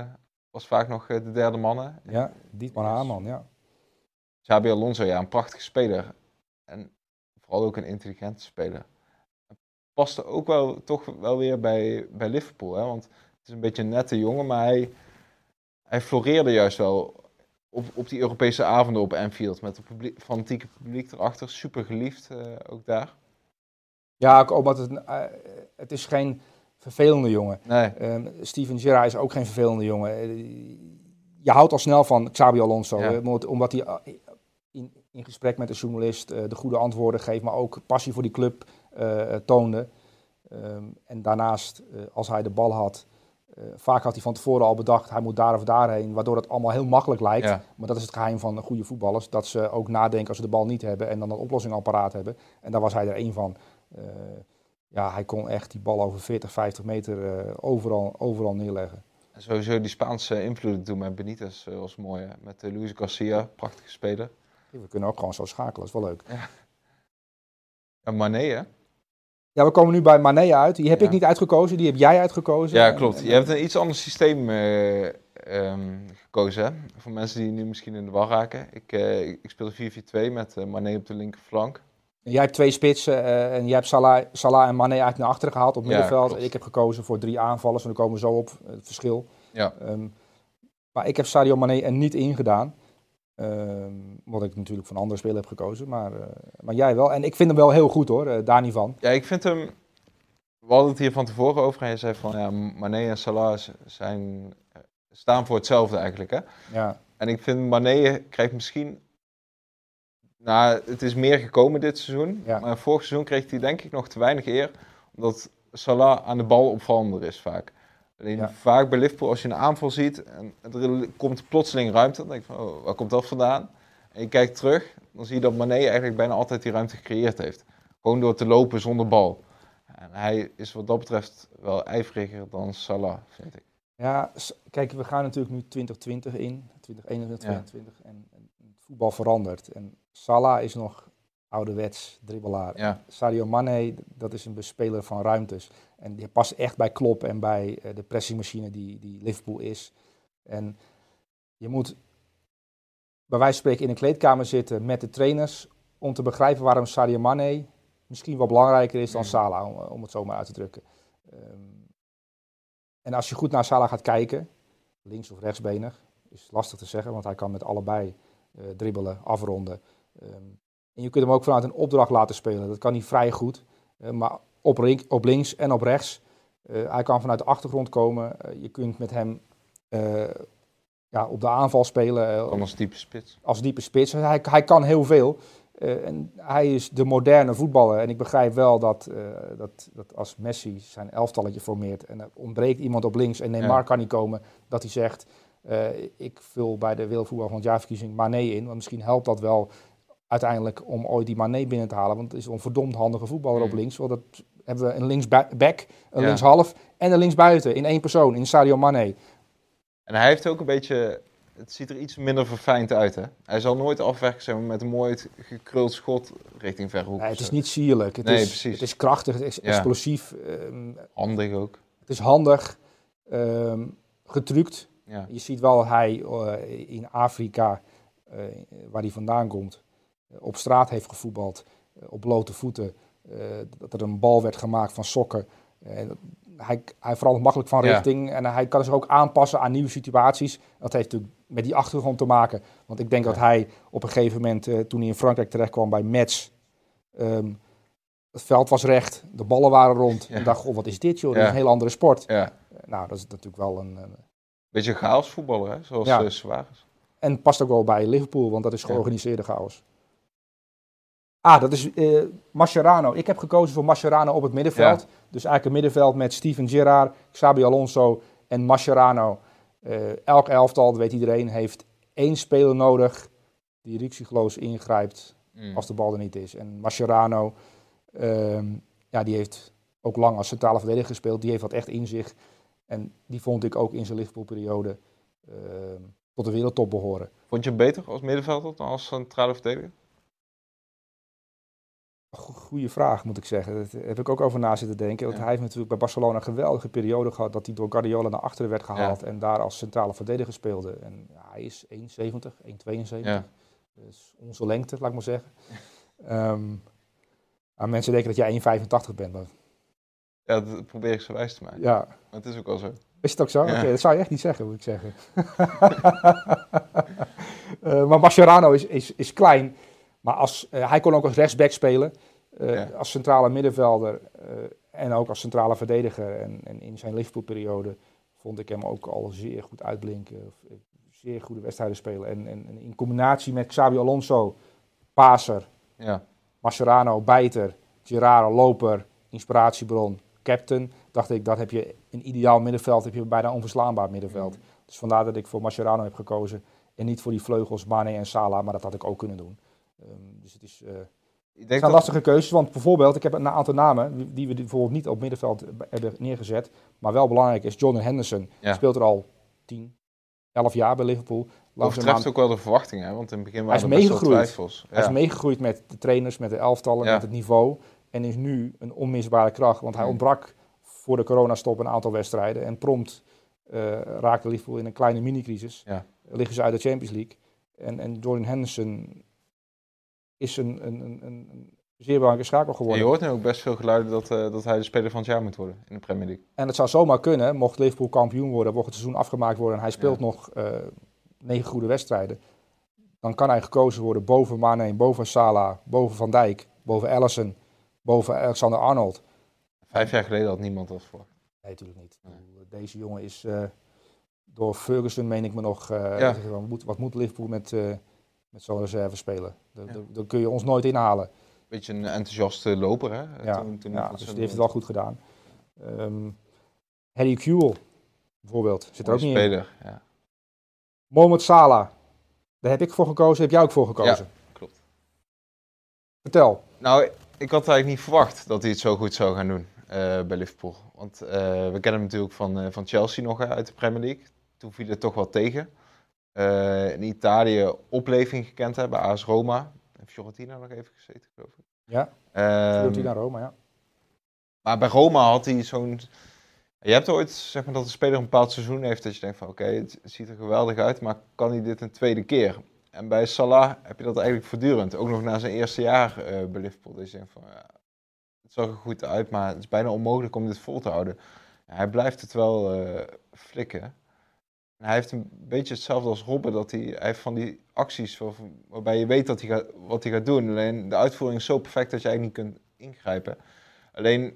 was vaak nog uh, de derde mannen. Ja, Dietmar Hamann, ja. Xabi Alonso, ja, een prachtige speler. En vooral ook een intelligente speler. Paste ook wel toch wel weer bij, bij Liverpool. Hè? Want het is een beetje een nette jongen, maar hij, hij floreerde juist wel op, op die Europese avonden op Anfield. Met het publiek, fanatieke publiek erachter. Super geliefd uh, ook daar. Ja, ook omdat het, uh, het is geen vervelende jongen. Nee. Um, Steven Gerrard is ook geen vervelende jongen. Uh, je houdt al snel van Xabi Alonso. Ja. Uh, omdat hij uh, in, in gesprek met de journalist uh, de goede antwoorden geeft. Maar ook passie voor die club uh, toonde. Um, en daarnaast, uh, als hij de bal had, uh, vaak had hij van tevoren al bedacht, hij moet daar of daarheen, waardoor het allemaal heel makkelijk lijkt. Ja. Maar dat is het geheim van goede voetballers, dat ze ook nadenken als ze de bal niet hebben en dan een oplossing al paraat hebben. En daar was hij er één van. Uh, ja, hij kon echt die bal over veertig, vijftig meter uh, overal, overal neerleggen. En sowieso die Spaanse invloeden doen met Benitez uh, was mooi. Hè? Met uh, Luis Garcia, prachtige speler. Ja, we kunnen ook gewoon zo schakelen, dat is wel leuk. Ja. En Mané, hè? Ja, we komen nu bij Mané uit. Die heb ja. ik niet uitgekozen, die heb jij uitgekozen. Ja, klopt. En, en, je hebt een iets ander systeem uh, um, gekozen, hè? Voor mensen die nu misschien in de war raken. Ik, uh, ik speel vier vier twee met uh, Mané op de linkerflank. En jij hebt twee spitsen uh, en jij hebt Salah, Salah en Mané uit naar achteren gehaald op middenveld. Ja, ik heb gekozen voor drie aanvallers en dan komen we zo op het verschil. Ja. Um, maar ik heb Sadio Mané er niet in gedaan. Um, wat ik natuurlijk van andere spelers heb gekozen, maar, uh, maar jij wel. En ik vind hem wel heel goed hoor, uh, daar niet van. Ja, ik vind hem... We hadden het hier van tevoren over en je zei van ja, Mané en Salah zijn, staan voor hetzelfde eigenlijk, hè? Ja. En ik vind Mané krijgt misschien... Nou, het is meer gekomen dit seizoen, ja. Maar vorig seizoen kreeg hij denk ik nog te weinig eer, omdat Salah aan de bal opvallender is vaak. Alleen ja. Vaak bij Liverpool, als je een aanval ziet en er komt plotseling ruimte, dan denk je van, oh, waar komt dat vandaan? En je kijkt terug, dan zie je dat Mané eigenlijk bijna altijd die ruimte gecreëerd heeft. Gewoon door te lopen zonder bal. En hij is wat dat betreft wel ijveriger dan Salah, vind ik. Ja, kijk, we gaan natuurlijk nu twintig twintig in, twintig eenentwintig, tweeëntwintig, ja. en, en het voetbal verandert. En Salah is nog ouderwets dribbelaar. Ja. Sadio Mané, dat is een bespeler van ruimtes. En die past echt bij Klopp en bij uh, de pressingmachine die, die Liverpool is. En je moet bij wijze van spreken in een kleedkamer zitten met de trainers om te begrijpen waarom Sadio Mané misschien wel belangrijker is dan Salah, om, om het zo maar uit te drukken. Um, en als je goed naar Salah gaat kijken, links of rechtsbenig, is lastig te zeggen, want hij kan met allebei uh, dribbelen, afronden. Um, en je kunt hem ook vanuit een opdracht laten spelen. Dat kan hij vrij goed, uh, maar op, link, op links en op rechts. Uh, hij kan vanuit de achtergrond komen. Uh, je kunt met hem uh, ja, op de aanval spelen. Uh, als diepe spits. Als diepe spits. Hij, hij kan heel veel. Uh, en hij is de moderne voetballer. En ik begrijp wel dat, uh, dat, dat als Messi zijn elftalletje formeert en er ontbreekt iemand op links en Neymar ja. kan niet komen, dat hij zegt, uh, ik vul bij de wereldvoetbal van het jaarverkiezing Mané in. Want misschien helpt dat wel uiteindelijk om ooit die Mané binnen te halen. Want het is een verdomd handige voetballer mm. op links. Want dat hebben we een linksback, een ja. linkshalf en een linksbuiten in één persoon, in Sadio Mané. En hij heeft ook een beetje... Het ziet er iets minder verfijnd uit, hè? Hij zal nooit afwerken zeg maar, met een mooi gekruld schot richting verhoek. Nee, het is niet sierlijk. Het, nee, is, precies. Het is krachtig, het is ja. explosief. Um, handig ook. Het is handig, um, getrukt. Ja. Je ziet wel dat hij uh, in Afrika, uh, waar hij vandaan komt, uh, op straat heeft gevoetbald, uh, op blote voeten. Uh, dat er een bal werd gemaakt van sokken. Uh, hij, hij verandert makkelijk van richting ja. en hij kan zich ook aanpassen aan nieuwe situaties. Dat heeft natuurlijk met die achtergrond te maken. Want ik denk ja. dat hij op een gegeven moment, uh, toen hij in Frankrijk terecht kwam bij Metz, um, het veld was recht, de ballen waren rond. Ja. En dacht, oh, wat is dit joh, ja. dat is een heel andere sport. Ja. Uh, nou, dat is natuurlijk wel een... een beetje een chaos voetballer, hè? Zoals ja. uh, Suarez. En past ook wel bij Liverpool, want dat is georganiseerde ja. chaos. Ah, dat is uh, Mascherano. Ik heb gekozen voor Mascherano op het middenveld. Ja. Dus eigenlijk een middenveld met Steven Gerrard, Xabi Alonso en Mascherano. Uh, elk elftal, dat weet iedereen, heeft één speler nodig die ruksigloos ingrijpt mm. als de bal er niet is. En Mascherano, um, ja, die heeft ook lang als centrale verdediger gespeeld. Die heeft wat echt in zich. En die vond ik ook in zijn Liverpool-periode uh, tot de wereldtop behoren. Vond je hem beter als middenvelder dan als centrale verdediger? goede vraag, moet ik zeggen. Daar heb ik ook over na zitten denken. Want Ja. hij heeft natuurlijk bij Barcelona een geweldige periode gehad dat hij door Guardiola naar achteren werd gehaald Ja. en daar als centrale verdediger speelde. En ja, hij is één komma zeventig, één komma tweeënzeventig. Ja. Dus onze lengte, laat ik maar zeggen. Um, nou, mensen denken dat jij één komma vijfentachtig bent. Maar Ja, dat probeer ik zo wijs te maken. ja. Maar het is ook wel zo. Is het ook zo? Ja. Okay, dat zou je echt niet zeggen, moet ik zeggen. uh, maar Mascherano is, is, is klein. Maar als, uh, hij kon ook als rechtsback spelen. Uh, Ja. Als centrale middenvelder. Uh, en ook als centrale verdediger. En, en in zijn Liverpool-periode vond ik hem ook al zeer goed uitblinken. Of, uh, zeer goede wedstrijden spelen. En, en, en in combinatie met Xabi Alonso, paser, Ja. Mascherano, bijter, Gerrard, loper, inspiratiebron, captain, dacht ik, dat heb je een ideaal middenveld, heb je bijna een onverslaanbaar middenveld. Mm. Dus vandaar dat ik voor Mascherano heb gekozen en niet voor die vleugels Mane en Salah, maar dat had ik ook kunnen doen. Um, dus het is, uh, ik denk het zijn dat... lastige keuzes, want bijvoorbeeld, ik heb een aantal namen die we bijvoorbeeld niet op middenveld hebben neergezet, maar wel belangrijk is, Jordan Henderson, ja. speelt er al tien, elf jaar bij Liverpool. Overtreft ook wel de verwachtingen, hè? Want in het begin waren er best wel twijfels. Ja. Hij is meegegroeid met de trainers, met de elftallen, ja. met het niveau. En is nu een onmisbare kracht. Want hij ja. ontbrak voor de coronastop een aantal wedstrijden. En prompt uh, raakte Liverpool in een kleine mini-crisis. Ja. Liggen ze uit de Champions League. En, en Jordan Henderson is een, een, een, een zeer belangrijke schakel geworden. En je hoort nu ook best veel geluiden dat, uh, dat hij de speler van het jaar moet worden in de Premier League. En het zou zomaar kunnen, mocht Liverpool kampioen worden, mocht het seizoen afgemaakt worden en hij speelt ja. nog uh, negen goede wedstrijden. Dan kan hij gekozen worden boven Mane, boven Salah, boven Van Dijk, boven Alisson, boven Alexander-Arnold. Vijf jaar geleden had niemand dat voor. Nee, natuurlijk niet. Nee. Deze jongen is uh, door Ferguson, meen ik me nog, uh, ja. zeggen, wat, moet, wat moet Liverpool met, uh, met zo'n reserve spelen? Dat ja. kun je ons nooit inhalen. Beetje een enthousiaste loper, hè? Ja, toen, toen ja dus die heeft het wel goed gedaan. Um, Harry Kewell, bijvoorbeeld, zit er ook niet speler, in. Ja. Mohamed Salah, daar heb ik voor gekozen, heb jij ook voor gekozen? Ja, klopt. Vertel. Nou, ik had eigenlijk niet verwacht dat hij het zo goed zou gaan doen uh, bij Liverpool. Want uh, we kennen hem natuurlijk van, uh, van Chelsea nog uh, uit de Premier League. Toen viel het toch wel tegen. Uh, in Italië opleving gekend hebben, bij A S Roma. En Fiorentina nog even gezeten, geloof ik. Ja, um, Fiorentina, Roma, ja. Maar bij Roma had hij zo'n... Je hebt ooit, zeg maar, dat een speler een bepaald seizoen heeft dat je denkt van oké, okay, het ziet er geweldig uit, maar kan hij dit een tweede keer? En bij Salah heb je dat eigenlijk voortdurend, ook nog na zijn eerste jaar uh, bij Liverpool. Dat je denkt van, ja, het zag er goed uit, maar het is bijna onmogelijk om dit vol te houden. Ja, hij blijft het wel uh, flikken. En hij heeft een beetje hetzelfde als Robben, dat hij, hij heeft van die acties waar, waarbij je weet dat hij gaat, wat hij gaat doen. Alleen de uitvoering is zo perfect dat je eigenlijk niet kunt ingrijpen. Alleen...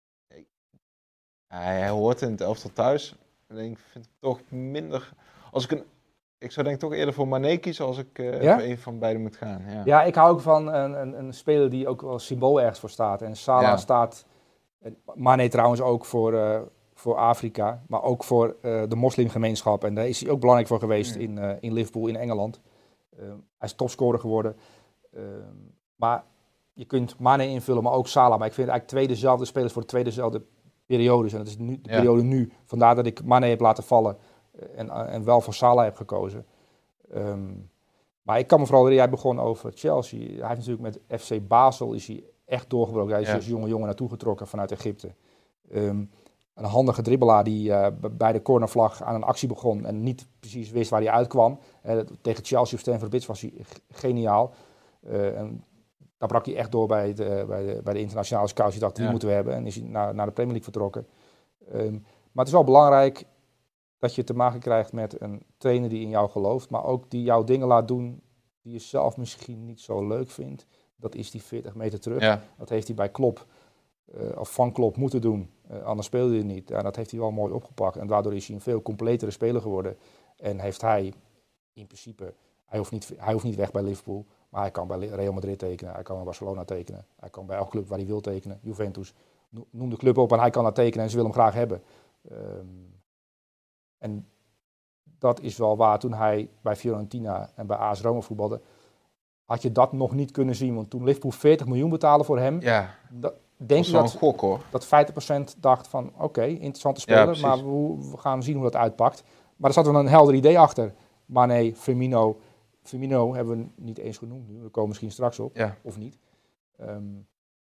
Hij, hij hoort in het elftal thuis. Alleen ik vind het toch minder... Als ik een... Ik zou denk ik toch eerder voor Mane kiezen als ik uh, ja? voor een van beiden moet gaan. Ja, ja ik hou ook van een, een, een speler die ook wel symbool ergens voor staat. En Salah ja. staat... Mane trouwens ook voor, uh, voor Afrika. Maar ook voor uh, de moslimgemeenschap. En daar is hij ook belangrijk voor geweest ja. in, uh, in Liverpool, in Engeland. Uh, hij is topscorer geworden. Uh, maar je kunt Mane invullen, maar ook Salah. Maar ik vind eigenlijk twee dezelfde spelers voor de tweede dezelfde periodes. En dat is nu, de ja. periode nu. Vandaar dat ik Mane heb laten vallen en, en wel voor Salah heb gekozen. Um, maar ik kan me vooral... Jij begon over Chelsea. Hij heeft natuurlijk met F C Basel is hij echt doorgebroken. Hij is ja. als jonge jongen naartoe getrokken vanuit Egypte. Um, een handige dribbelaar die uh, bij de cornervlag aan een actie begon en niet precies wist waar hij uitkwam. Uh, tegen Chelsea of Stamford Bridge was hij geniaal. Uh, en daar brak hij echt door bij de, bij de, bij de internationale scouts. Die dacht, die ja. moeten we hebben. En is hij naar, naar de Premier League vertrokken. Um, maar het is wel belangrijk dat je te maken krijgt met een trainer die in jou gelooft. Maar ook die jouw dingen laat doen die je zelf misschien niet zo leuk vindt. Dat is die veertig meter terug. Ja. Dat heeft hij bij Klopp, uh, of van Klopp moeten doen. Uh, anders speelde hij niet. Ja, dat heeft hij wel mooi opgepakt. En daardoor is hij een veel completere speler geworden. En heeft hij in principe... Hij hoeft niet, hij hoeft niet weg bij Liverpool. Maar hij kan bij Real Madrid tekenen, hij kan bij Barcelona tekenen, hij kan bij elke club waar hij wil tekenen, Juventus, noem de club op en hij kan daar tekenen en ze willen hem graag hebben. Um, en dat is wel waar. Toen hij bij Fiorentina en bij A S Roma voetbalde, had je dat nog niet kunnen zien. Want toen Liverpool veertig miljoen betaalde voor hem, ja. dat, denk dat je dat, gok, hoor. dat vijftig procent dacht van oké, okay, interessante speler, ja, maar we, we gaan zien hoe dat uitpakt. Maar er zat wel een helder idee achter. Maar nee, Firmino... Firmino hebben we niet eens genoemd nu. We komen misschien straks op, ja. of niet. Um,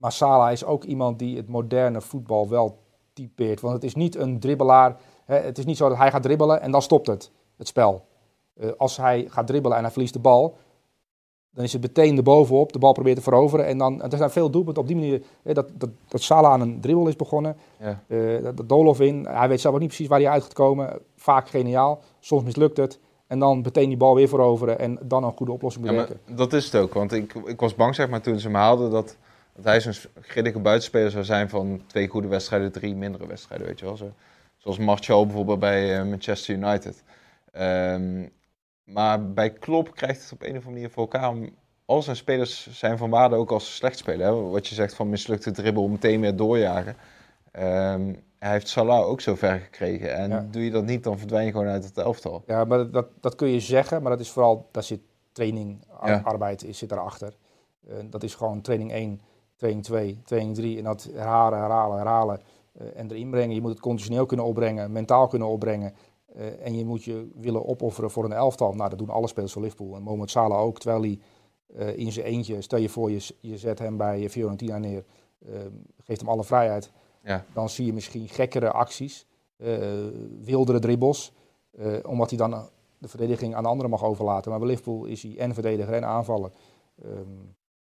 Maar Salah is ook iemand die het moderne voetbal wel typeert. Want het is niet een dribbelaar. Hè, het is niet zo dat hij gaat dribbelen en dan stopt het, het spel. Uh, als hij gaat dribbelen en hij verliest de bal, dan is het meteen erbovenop, de bal probeert te veroveren. En dan, er zijn veel doelpunten op die manier. Hè, dat, dat, dat Salah aan een dribbel is begonnen. Ja. Uh, dat, dat Dolov in. Hij weet zelf ook niet precies waar hij uit gaat komen. Vaak geniaal. Soms mislukt het. En dan meteen die bal weer veroveren en dan een goede oplossing bedenken. Ja, dat is het ook. Want ik, ik was bang, zeg maar, toen ze me haalden dat, dat hij zo'n grillige buitenspeler zou zijn van twee goede wedstrijden, drie mindere wedstrijden, weet je wel. Zo, zoals Martial bijvoorbeeld bij uh, Manchester United. Um, maar bij Klopp krijgt het op een of andere manier voor elkaar om al zijn spelers zijn van waarde ook als ze slecht spelen. Hè? Wat je zegt van mislukte dribbel, meteen weer doorjagen. Um, hij heeft Salah ook zo ver gekregen. En ja. doe je dat niet, dan verdwijn je gewoon uit het elftal. Ja, maar dat, dat kun je zeggen. Maar dat is vooral, daar zit training, ja. arbeid zit daarachter. Uh, dat is gewoon training één, training twee, training drie. En dat herhalen, herhalen, herhalen. Uh, en erin brengen. Je moet het conditioneel kunnen opbrengen, mentaal kunnen opbrengen. Uh, en je moet je willen opofferen voor een elftal. Nou, dat doen alle spelers van Liverpool. En Mohamed Salah ook, terwijl hij uh, in zijn eentje... Stel je voor, je, je zet hem bij Fiorentina neer. Uh, geeft hem alle vrijheid. Ja. Dan zie je misschien gekkere acties, uh, wildere dribbles, uh, omdat hij dan de verdediging aan de anderen mag overlaten. Maar bij Liverpool is hij en verdediger en aanvaller. Um,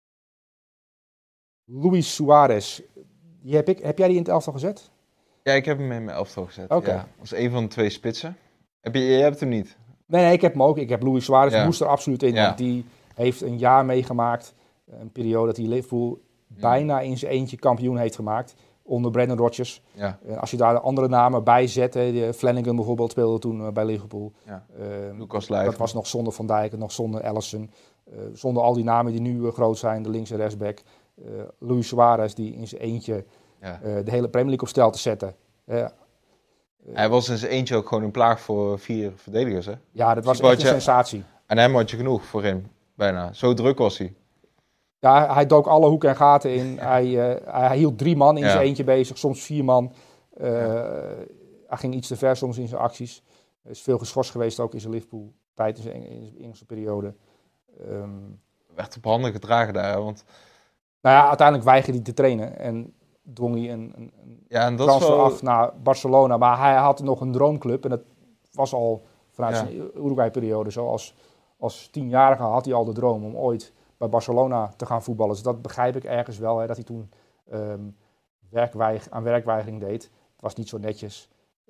Luis Suarez, die heb, ik, heb jij die in het elftal gezet? Ja, ik heb hem in mijn elftal gezet. Okay. Ja, als een van de twee spitsen. Heb je, je hebt hem niet? Nee, nee, ik heb hem ook. Ik heb Luis Suarez, ja. moest er absoluut in. Ja. Want die heeft een jaar meegemaakt, een periode dat hij Liverpool hmm. bijna in zijn eentje kampioen heeft gemaakt. Onder Brendan Rodgers. Ja. Uh, als je daar andere namen bij zet, hè, de Flanagan bijvoorbeeld speelde toen uh, bij Liverpool. Ja. Uh, Lucas Leiva. Dat was nog zonder Van Dijk, nog zonder Alisson. Uh, zonder al die namen die nu uh, groot zijn, de links- en rechtsback. Uh, Luis Suarez die in zijn eentje ja. uh, de hele Premier League op stel te zetten. Uh, uh, Hij was in zijn eentje ook gewoon een plaag voor vier verdedigers. Hè? Ja, dat was echt een je, sensatie. En hem had je genoeg voor hem, bijna. Zo druk was hij. Ja, hij dook alle hoeken en gaten in. Hij, uh, hij hield drie man in ja. zijn eentje bezig, soms vier man. Uh, ja. Hij ging iets te ver soms in zijn acties. Er is veel geschorst geweest ook in zijn Liverpool-tijd, in zijn, in zijn Engelse periode. Um, werd op handen gedragen daar, want... Nou ja, uiteindelijk weigerde hij te trainen en dwong hij een, een, een ja, en dat transfer wel... af naar Barcelona. Maar hij had nog een droomclub en dat was al vanuit ja. zijn Uruguay-periode. Zo als, als tienjarige had hij al de droom om ooit bij Barcelona te gaan voetballen. Dus dat begrijp ik ergens wel, hè, dat hij toen um, werkweig, aan werkweigering deed. Het was niet zo netjes.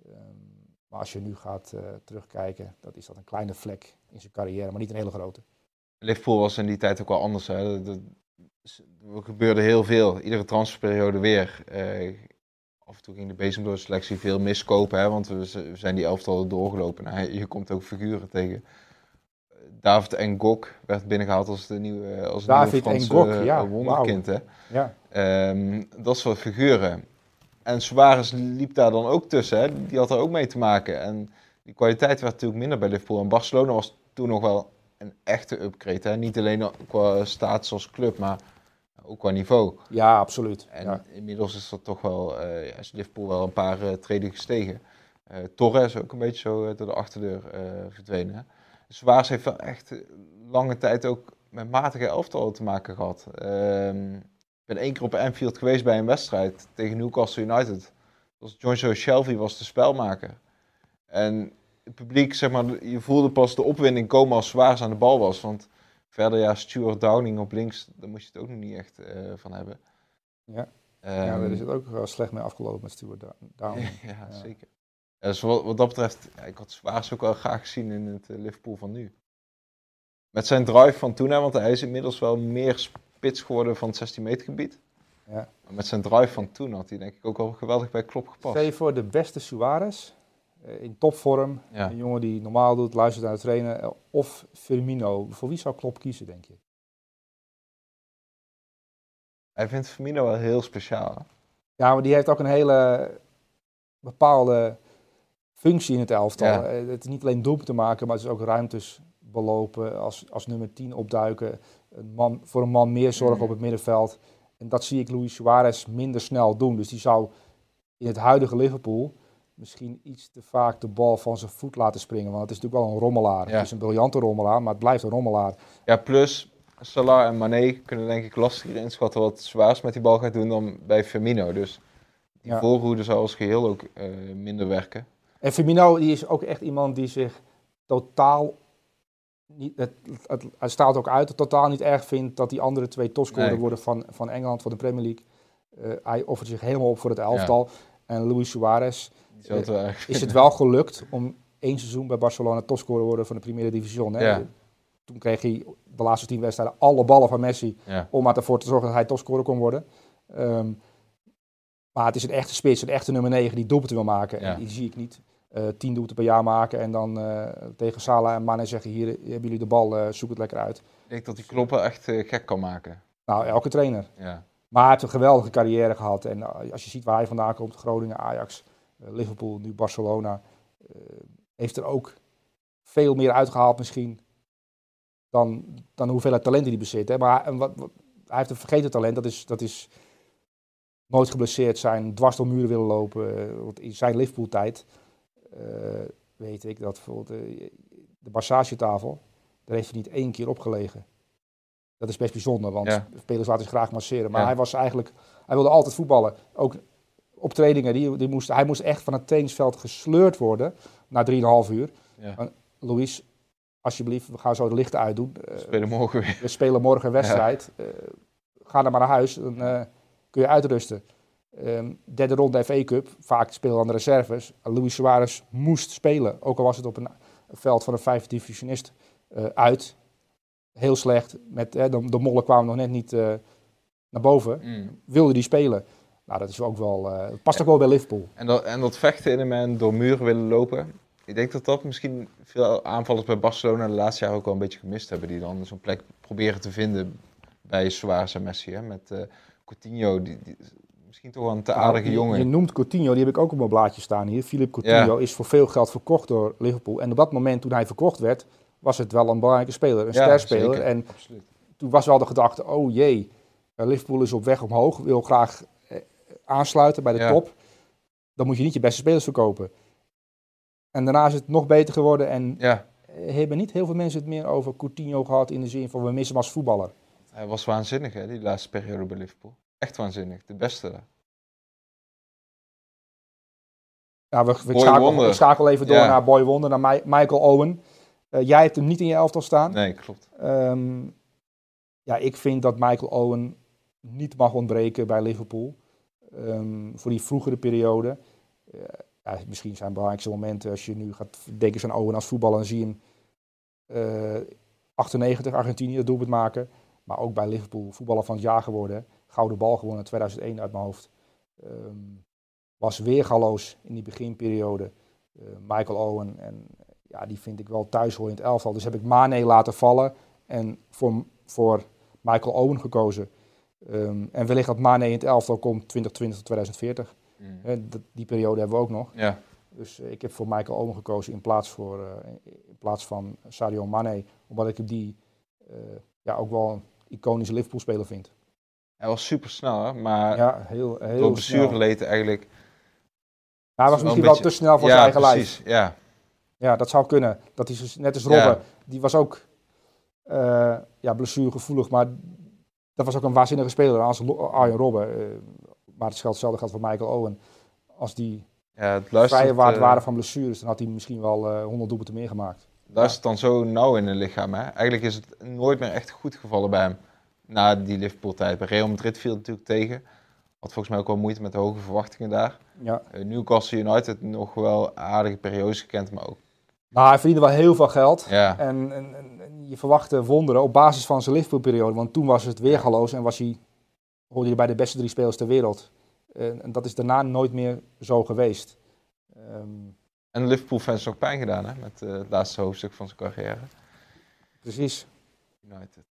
Um, maar als je nu gaat uh, terugkijken, dat is dat een kleine vlek in zijn carrière, maar niet een hele grote. Liverpool was in die tijd ook wel anders. Hè. Er gebeurde heel veel. Iedere transferperiode weer. Uh, af en toe ging de bezemdoorselectie veel miskopen. Hè, want we, we zijn die elftallen doorgelopen. Nou, je komt ook figuren tegen. David Ngok werd binnengehaald als de nieuwe, als de David nieuwe Franse Ngok, ja, wonderkind. wow. Hè. Ja. Um, dat soort figuren. En Suarez liep daar dan ook tussen. Hè. Die had er ook mee te maken. En die kwaliteit werd natuurlijk minder bij Liverpool. En Barcelona was toen nog wel een echte upgrade. Hè. Niet alleen qua status als club, maar ook qua niveau. Ja, absoluut. En ja. inmiddels is er toch wel, uh, ja, is Liverpool wel een paar uh, treden gestegen. Uh, Torres ook een beetje zo uh, door de achterdeur uh, verdwenen. Hè. Suarez heeft wel echt uh, lange tijd ook met matige elftallen te maken gehad. Uh, ik ben één keer op Anfield geweest bij een wedstrijd tegen Newcastle United. Dat was Jonjo Shelvey was de spelmaker. En het publiek, zeg maar, je voelde pas de opwinding komen als Suarez aan de bal was. Want verder, ja, Stuart Downing op links, daar moest je het ook nog niet echt uh, van hebben. Ja, um, ja, daar is het ook wel slecht mee afgelopen met Stuart Downing. ja, ja, zeker. Ja, dus wat, wat dat betreft, ja, ik had Suarez ook wel graag gezien in het uh, Liverpool van nu. Met zijn drive van toen, hè, want hij is inmiddels wel meer spits geworden van het zestien meter gebied. Ja. Maar met zijn drive van toen had hij denk ik ook wel geweldig bij Klopp gepast. Stel je voor de beste Suarez, uh, in topvorm, ja. een jongen die normaal doet, luistert naar de trainer, uh, of Firmino. Voor wie zou Klopp kiezen, denk je? Hij vindt Firmino wel heel speciaal. Hè? Ja, maar die heeft ook een hele bepaalde functie in het elftal. Ja. Uh, het is niet alleen doelpunten maken, maar het is ook ruimtes belopen, als, als nummer tien opduiken, een man, voor een man meer zorgen mm. op het middenveld. En dat zie ik Luis Suarez minder snel doen. Dus die zou in het huidige Liverpool misschien iets te vaak de bal van zijn voet laten springen. Want het is natuurlijk wel een rommelaar. Ja. Het is een briljante rommelaar, maar het blijft een rommelaar. Ja, plus Salah en Mané kunnen denk ik lastiger inschatten wat Suarez met die bal gaat doen dan bij Firmino. Dus die Ja. voorhoede zou als geheel ook uh, minder werken. En Firmino die is ook echt iemand die zich totaal niet, het, het, het staat ook uit, het totaal niet erg vindt dat die andere twee topscorers Nee. worden van, van Engeland, van de Premier League. Uh, hij offert zich helemaal op voor het elftal. Ja. En Luis Suarez Die het uh, is het wel gelukt om één seizoen bij Barcelona topscorer te worden van de Primera Division. Hè? Ja. Toen kreeg hij de laatste tien wedstrijden alle ballen van Messi ja. om maar ervoor te zorgen dat hij topscorer kon worden. Um, maar het is een echte spits, een echte nummer negen die doelpunten wil maken. Ja. En die zie ik niet. Uh, tien doelpunten per jaar maken en dan uh, tegen Salah en Mane zeggen, hier hebben jullie de bal, uh, zoek het lekker uit. Ik denk dat die Kloppen echt uh, gek kan maken. Nou, elke trainer. Ja. Maar hij heeft een geweldige carrière gehad. En uh, als je ziet waar hij vandaan komt, Groningen, Ajax, uh, Liverpool, nu Barcelona, uh, heeft er ook veel meer uitgehaald misschien dan, dan hoeveel talenten die bezit. Hè. Maar hij, wat, wat, hij heeft een vergeten talent, dat is, dat is nooit geblesseerd zijn, dwars door muren willen lopen. Uh, want in zijn Liverpool-tijd uh, weet ik dat bijvoorbeeld uh, de massagetafel, daar heeft hij niet één keer op gelegen. Dat is best bijzonder, want ja. spelers laten zich graag masseren. Maar ja. hij was eigenlijk, hij wilde altijd voetballen. Ook op trainingen, die, die moest, hij moest echt van het trainingsveld gesleurd worden na drieënhalf uur. Ja. Uh, Luis, alsjeblieft, we gaan zo de lichten uitdoen. Uh, we spelen morgen weer. We spelen morgen een wedstrijd. Ja. Uh, ga dan maar naar huis, dan uh, kun je uitrusten. Um, derde ronde F A Cup, vaak spelen dan de reserves. Luis Suarez moest spelen, ook al was het op een veld van een vijfde divisionist uh, uit. Heel slecht, met, hè, de, de mollen kwamen nog net niet uh, naar boven. Mm. Wilde die spelen. Nou, dat is ook wel, uh, past ook wel bij Liverpool. En dat, en dat vechten in hem en door muren willen lopen. Ik denk dat dat misschien veel aanvallers bij Barcelona de laatste jaren ook wel een beetje gemist hebben. Die dan zo'n plek proberen te vinden bij Suarez en Messi. Hè? Met uh, Coutinho, die, die, misschien toch wel een te aardige nou, jongen. Je, je noemt Coutinho, die heb ik ook op mijn blaadje staan hier. Philippe Coutinho ja. is voor veel geld verkocht door Liverpool. En op dat moment toen hij verkocht werd, was het wel een belangrijke speler. Een ja, sterspeler. En absoluut. Toen was wel de gedachte, oh jee, Liverpool is op weg omhoog. Wil graag eh, aansluiten bij de ja. top. Dan moet je niet je beste spelers verkopen. En daarna is het nog beter geworden. En ja. hebben niet heel veel mensen het meer over Coutinho gehad in de zin van we missen hem als voetballer. Hij was waanzinnig, hè, die laatste periode bij Liverpool. Echt waanzinnig, de beste daar. Ja, we, we schakelen schakel even door ja. naar Boy Wonder, naar My, Michael Owen. Uh, jij hebt hem niet in je elftal staan. Nee, klopt. Um, ja, ik vind dat Michael Owen niet mag ontbreken bij Liverpool. Um, voor die vroegere periode. Uh, ja, misschien zijn belangrijkste momenten als je nu gaat denken aan Owen als voetballer en zie je hem uh, achtennegentig Argentinië het doelpunt maken. Maar ook bij Liverpool voetballer van het jaar geworden. Gouden bal gewonnen in tweeduizend één uit mijn hoofd. Um, was weergaloos in die beginperiode. Uh, Michael Owen. En ja, die vind ik wel thuis hoor in het elftal. Dus heb ik Mane laten vallen en voor, voor Michael Owen gekozen. Um, en wellicht dat Mane in het elftal komt twintig twintig tot tweeduizend veertig. Mm. Uh, d- die periode hebben we ook nog. Ja. Dus uh, ik heb voor Michael Owen gekozen in plaats, voor, uh, in plaats van Sadio Mane. Omdat ik die uh, ja, ook wel een iconische Liverpool-speler vind. Hij was super snel, hè? Maar ja, heel, heel door blessureleten eigenlijk. Ja, hij was misschien wel, wel te snel voor ja, zijn eigen precies, lijf. Ja, ja, dat zou kunnen. Dat is net als Robben. Ja. Die was ook uh, ja, blessuregevoelig, maar dat was ook een waanzinnige speler als Arjen Robben. Uh, maar het geldt hetzelfde geldt voor Michael Owen. Als die ja, het vrije waard waren uh, van blessures, dan had hij misschien wel uh, honderd doelpunten meer gemaakt. Daar is het dan zo nauw in het lichaam. Hè? Eigenlijk is het nooit meer echt goed gevallen bij hem. Na die Liverpool-tijd. Bij Real Madrid viel het natuurlijk tegen. Had volgens mij ook wel moeite met de hoge verwachtingen daar. Ja. Uh, Newcastle United nog wel aardige periodes gekend, maar ook. Nou, hij verdiende wel heel veel geld. Ja. En, en, en je verwachtte wonderen op basis van zijn Liverpool-periode. Want toen was het weergaloos en was hij, hoorde je bij de beste drie spelers ter wereld. En, en dat is daarna nooit meer zo geweest. Um, en de Liverpool-fans ook pijn gedaan, hè? Met uh, het laatste hoofdstuk van zijn carrière. Precies. United.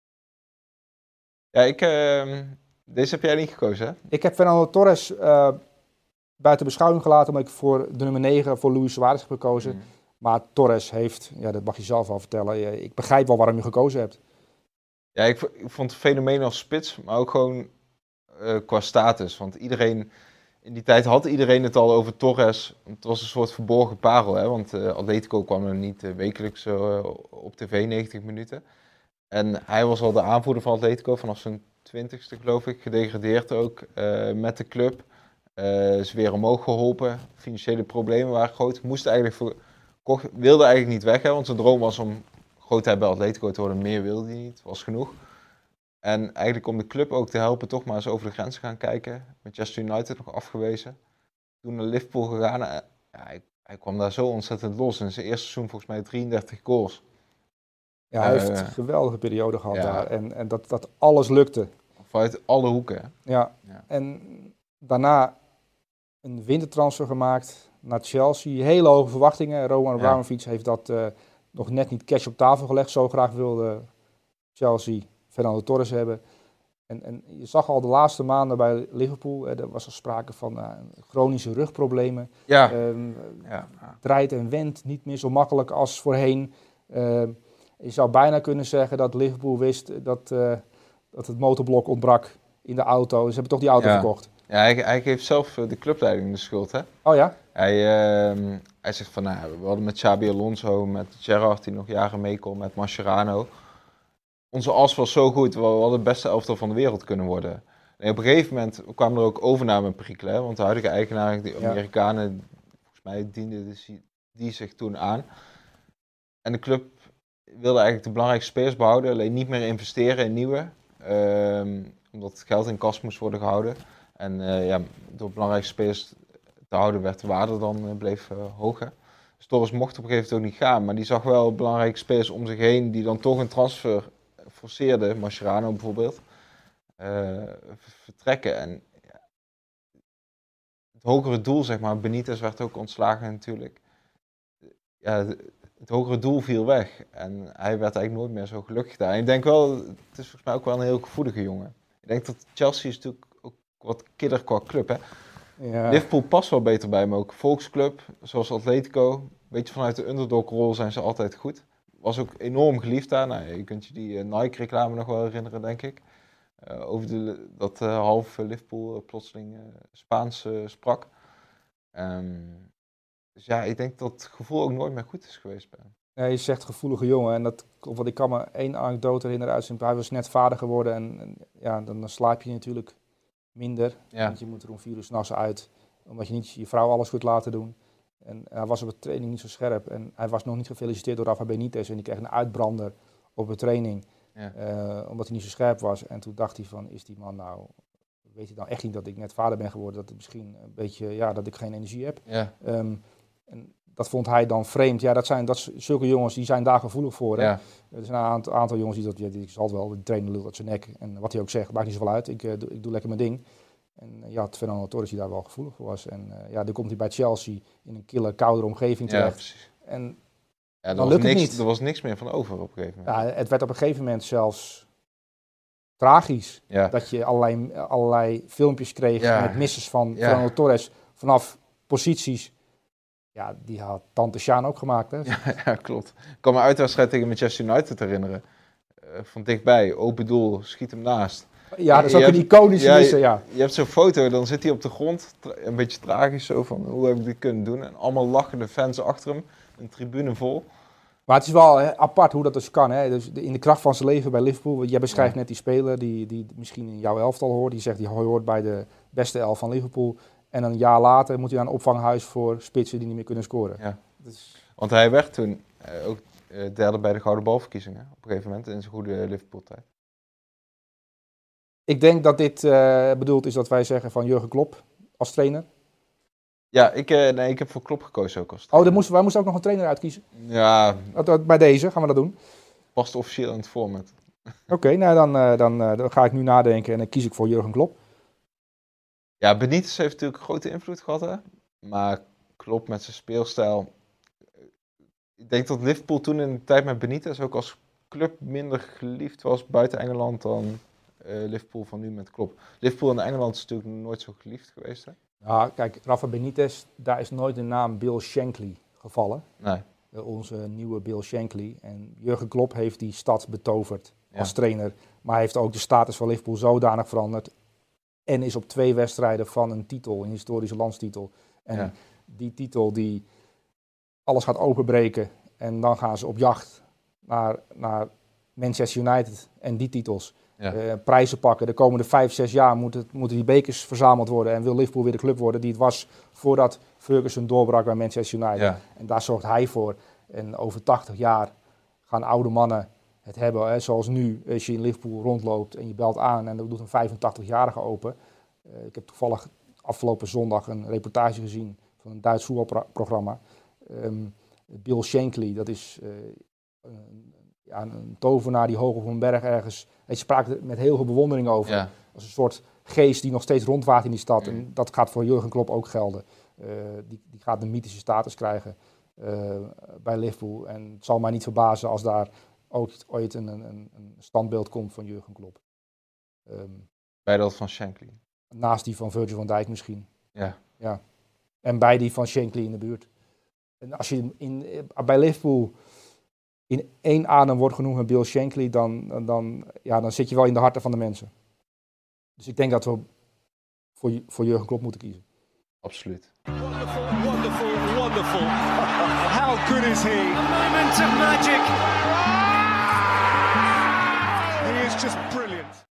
Ja, ik... Uh, deze heb jij niet gekozen, hè? Ik heb Fernando Torres uh, buiten beschouwing gelaten, omdat ik voor de nummer negen voor Luis Suarez heb gekozen. Mm. Maar Torres heeft, ja, dat mag je zelf al vertellen, ik begrijp wel waarom je gekozen hebt. Ja, ik, ik vond het fenomeen als spits, maar ook gewoon uh, qua status. Want iedereen, in die tijd had iedereen het al over Torres. Het was een soort verborgen parel, hè? Want uh, Atletico kwam er niet uh, wekelijks uh, op tv, negentig minuten. En hij was al de aanvoerder van Atletico vanaf zijn twintigste, geloof ik. Gedegradeerd ook uh, met de club. Uh, is weer omhoog geholpen. Financiële problemen waren groot. Moest eigenlijk voor, kocht, wilde eigenlijk niet weg, hè, want zijn droom was om grootheid bij Atletico te worden. Meer wilde hij niet, was genoeg. En eigenlijk om de club ook te helpen, toch maar eens over de grens te gaan kijken. Manchester United nog afgewezen. Toen naar Liverpool gegaan. Ja, hij, hij kwam daar zo ontzettend los. In zijn eerste seizoen volgens mij drieëndertig goals. Ja, hij uh, heeft een geweldige periode gehad ja. daar. En, en dat, dat alles lukte. Vanuit alle hoeken. Ja. ja, en daarna een wintertransfer gemaakt naar Chelsea. Hele hoge verwachtingen. Roman ja. Abramovich heeft dat uh, nog net niet cash op tafel gelegd. Zo graag wilde Chelsea Fernando Torres hebben. En, en je zag al de laatste maanden bij Liverpool, eh, er was er sprake van uh, chronische rugproblemen. Ja. Um, ja. Draait en wendt niet meer zo makkelijk als voorheen. Uh, je zou bijna kunnen zeggen dat Liverpool wist dat, uh, dat het motorblok ontbrak in de auto. Ze hebben toch die auto ja. verkocht. Ja, hij, hij geeft zelf de clubleiding de schuld, hè? Oh ja? Hij, uh, hij zegt van, nou, we hadden met Xabi Alonso, met Gerrard die nog jaren mee kon, met Mascherano. Onze as was zo goed, we hadden het beste elftal van de wereld kunnen worden. En op een gegeven moment kwamen er ook overnameperikelen, want de huidige eigenaar, de Amerikanen, ja. volgens mij dienden die, die zich toen aan. En de club wilde eigenlijk de belangrijkste spelers behouden, alleen niet meer investeren in nieuwe. Um, omdat het geld in kas moest worden gehouden. En uh, ja, door belangrijke spelers te houden werd de waarde dan uh, bleef uh, hoger. Dus Torres mocht op een gegeven moment ook niet gaan, maar die zag wel belangrijke spelers om zich heen die dan toch een transfer forceerden, Mascherano bijvoorbeeld, uh, vertrekken. En ja, het hogere doel, zeg maar, Benitez werd ook ontslagen natuurlijk. Ja, het hogere doel viel weg en hij werd eigenlijk nooit meer zo gelukkig daar. En ik denk wel, het is volgens mij ook wel een heel gevoelige jongen. Ik denk dat Chelsea is natuurlijk ook wat kidder qua club, hè. Ja. Liverpool past wel beter bij hem ook. Volksclub, zoals Atletico, een beetje vanuit de underdog-rol zijn ze altijd goed. Was ook enorm geliefd daar. Nou, je kunt je die uh, Nike-reclame nog wel herinneren, denk ik. Uh, over de, dat uh, half Liverpool uh, plotseling uh, Spaans uh, sprak. Um, dus ja, ik denk dat het gevoel ook nooit meer goed is geweest bij hem. Ja, je zegt gevoelige jongen. En dat, want ik kan me één anekdote herinneren uit zijn... Hij was net vader geworden en, en ja, dan, dan slaap je natuurlijk minder. Ja. Want je moet er om vier uur 's nachts uit. Omdat je niet je vrouw alles goed laten doen. En hij was op de training niet zo scherp. En hij was nog niet gefeliciteerd door Rafa Benitez. En die kreeg een uitbrander op de training. Ja. Uh, omdat hij niet zo scherp was. En toen dacht hij van, is die man nou... Weet hij nou echt niet dat ik net vader ben geworden? Dat het misschien een beetje, ja, dat ik geen energie heb. Ja. Um, en dat vond hij dan vreemd. Ja, dat zijn dat zulke jongens, die zijn daar gevoelig voor. Hè? Ja. Er zijn een aantal, aantal jongens die dat, ja, die zal wel, de trainer lult uit zijn nek. En wat hij ook zegt, maakt niet zoveel uit. Ik, uh, doe, ik doe lekker mijn ding. En uh, ja, het Fernando Torres die daar wel gevoelig voor was. En uh, ja, dan komt hij bij Chelsea in een kille, koude omgeving terecht. Ja, en ja, dan lukt het niet. Er was niks meer van over op een gegeven moment. Ja, het werd op een gegeven moment zelfs tragisch. Ja. Dat je allerlei, allerlei filmpjes kreeg ja. met misses van ja. Fernando Torres vanaf posities. Ja, die had Tante Sjaan ook gemaakt, hè? Ja, ja, klopt. Ik kan me uit de wedstrijd tegen Manchester United herinneren. Uh, van dichtbij, open doel, schiet hem naast. Ja, dat is ook een iconische ja, missen, ja. Je, je hebt zo'n foto, dan zit hij op de grond, een beetje tragisch zo van, hoe heb ik dit kunnen doen? En allemaal lachende fans achter hem, een tribune vol. Maar het is wel hè, apart hoe dat dus kan, hè. Dus in de kracht van zijn leven bij Liverpool. Jij beschrijft ja. net die speler die, die misschien in jouw elftal hoort. Die zegt, die hoort bij de beste elf van Liverpool. En een jaar later moet hij naar een opvanghuis voor spitsen die niet meer kunnen scoren. Ja. Dus... Want hij werd toen uh, ook uh, derde bij de Gouden Balverkiezingen op een gegeven moment in zijn goede Liverpool-tijd. Ik denk dat dit uh, bedoeld is dat wij zeggen van Jurgen Klopp als trainer. Ja, ik, uh, nee, ik heb voor Klopp gekozen ook als trainer. Oh, dan moesten, wij moesten ook nog een trainer uitkiezen? Ja. Dat, dat, bij deze gaan we dat doen. Past officieel in het format. Oké, okay, nou dan, uh, dan, uh, dan ga ik nu nadenken en dan kies ik voor Jurgen Klopp. Ja, Benitez heeft natuurlijk grote invloed gehad, hè. Maar Klopp met zijn speelstijl. Ik denk dat Liverpool toen in de tijd met Benitez ook als club minder geliefd was buiten Engeland dan uh, Liverpool van nu met Klopp. Liverpool in Engeland is natuurlijk nooit zo geliefd geweest, hè. Ja, kijk, Rafa Benitez, daar is nooit de naam Bill Shankly gevallen. Nee. Uh, onze nieuwe Bill Shankly. En Jurgen Klopp heeft die stad betoverd als ja. trainer. Maar hij heeft ook de status van Liverpool zodanig veranderd. En is op twee wedstrijden van een titel, een historische landstitel. En ja. die titel die alles gaat openbreken. En dan gaan ze op jacht naar, naar Manchester United en die titels. Ja. Uh, prijzen pakken. De komende vijf, zes jaar moeten, moeten die bekers verzameld worden. En wil Liverpool weer de club worden die het was voordat Ferguson doorbrak bij Manchester United. Ja. En daar zorgt hij voor. En over tachtig jaar gaan oude mannen het hebben. Hè, zoals nu, als je in Liverpool rondloopt en je belt aan en dan doet een vijfentachtig-jarige open. Uh, ik heb toevallig afgelopen zondag een reportage gezien van een Duits voetbalprogramma. Um, Bill Shankly, dat is uh, een, ja, een tovenaar die hoog op een berg ergens... Hij sprak er met heel veel bewondering over. Ja. Als een soort geest die nog steeds rondwaart in die stad. Mm. En dat gaat voor Jurgen Klopp ook gelden. Uh, die, die gaat een mythische status krijgen uh, bij Liverpool. En het zal mij niet verbazen als daar ooit, ooit een, een, een standbeeld komt van Jurgen Klopp. Um, bij dat van Shankly. Naast die van Virgil van Dijk misschien. Ja. Ja. En bij die van Shankly in de buurt. En als je in, in, bij Liverpool in één adem wordt genoemd met Bill Shankly, dan, dan, ja, dan zit je wel in de harten van de mensen. Dus ik denk dat we voor, voor Jurgen Klopp moeten kiezen. Absoluut. Wonderful, wonderful, wonderful. How good is he? A moment of magic. He is just brilliant.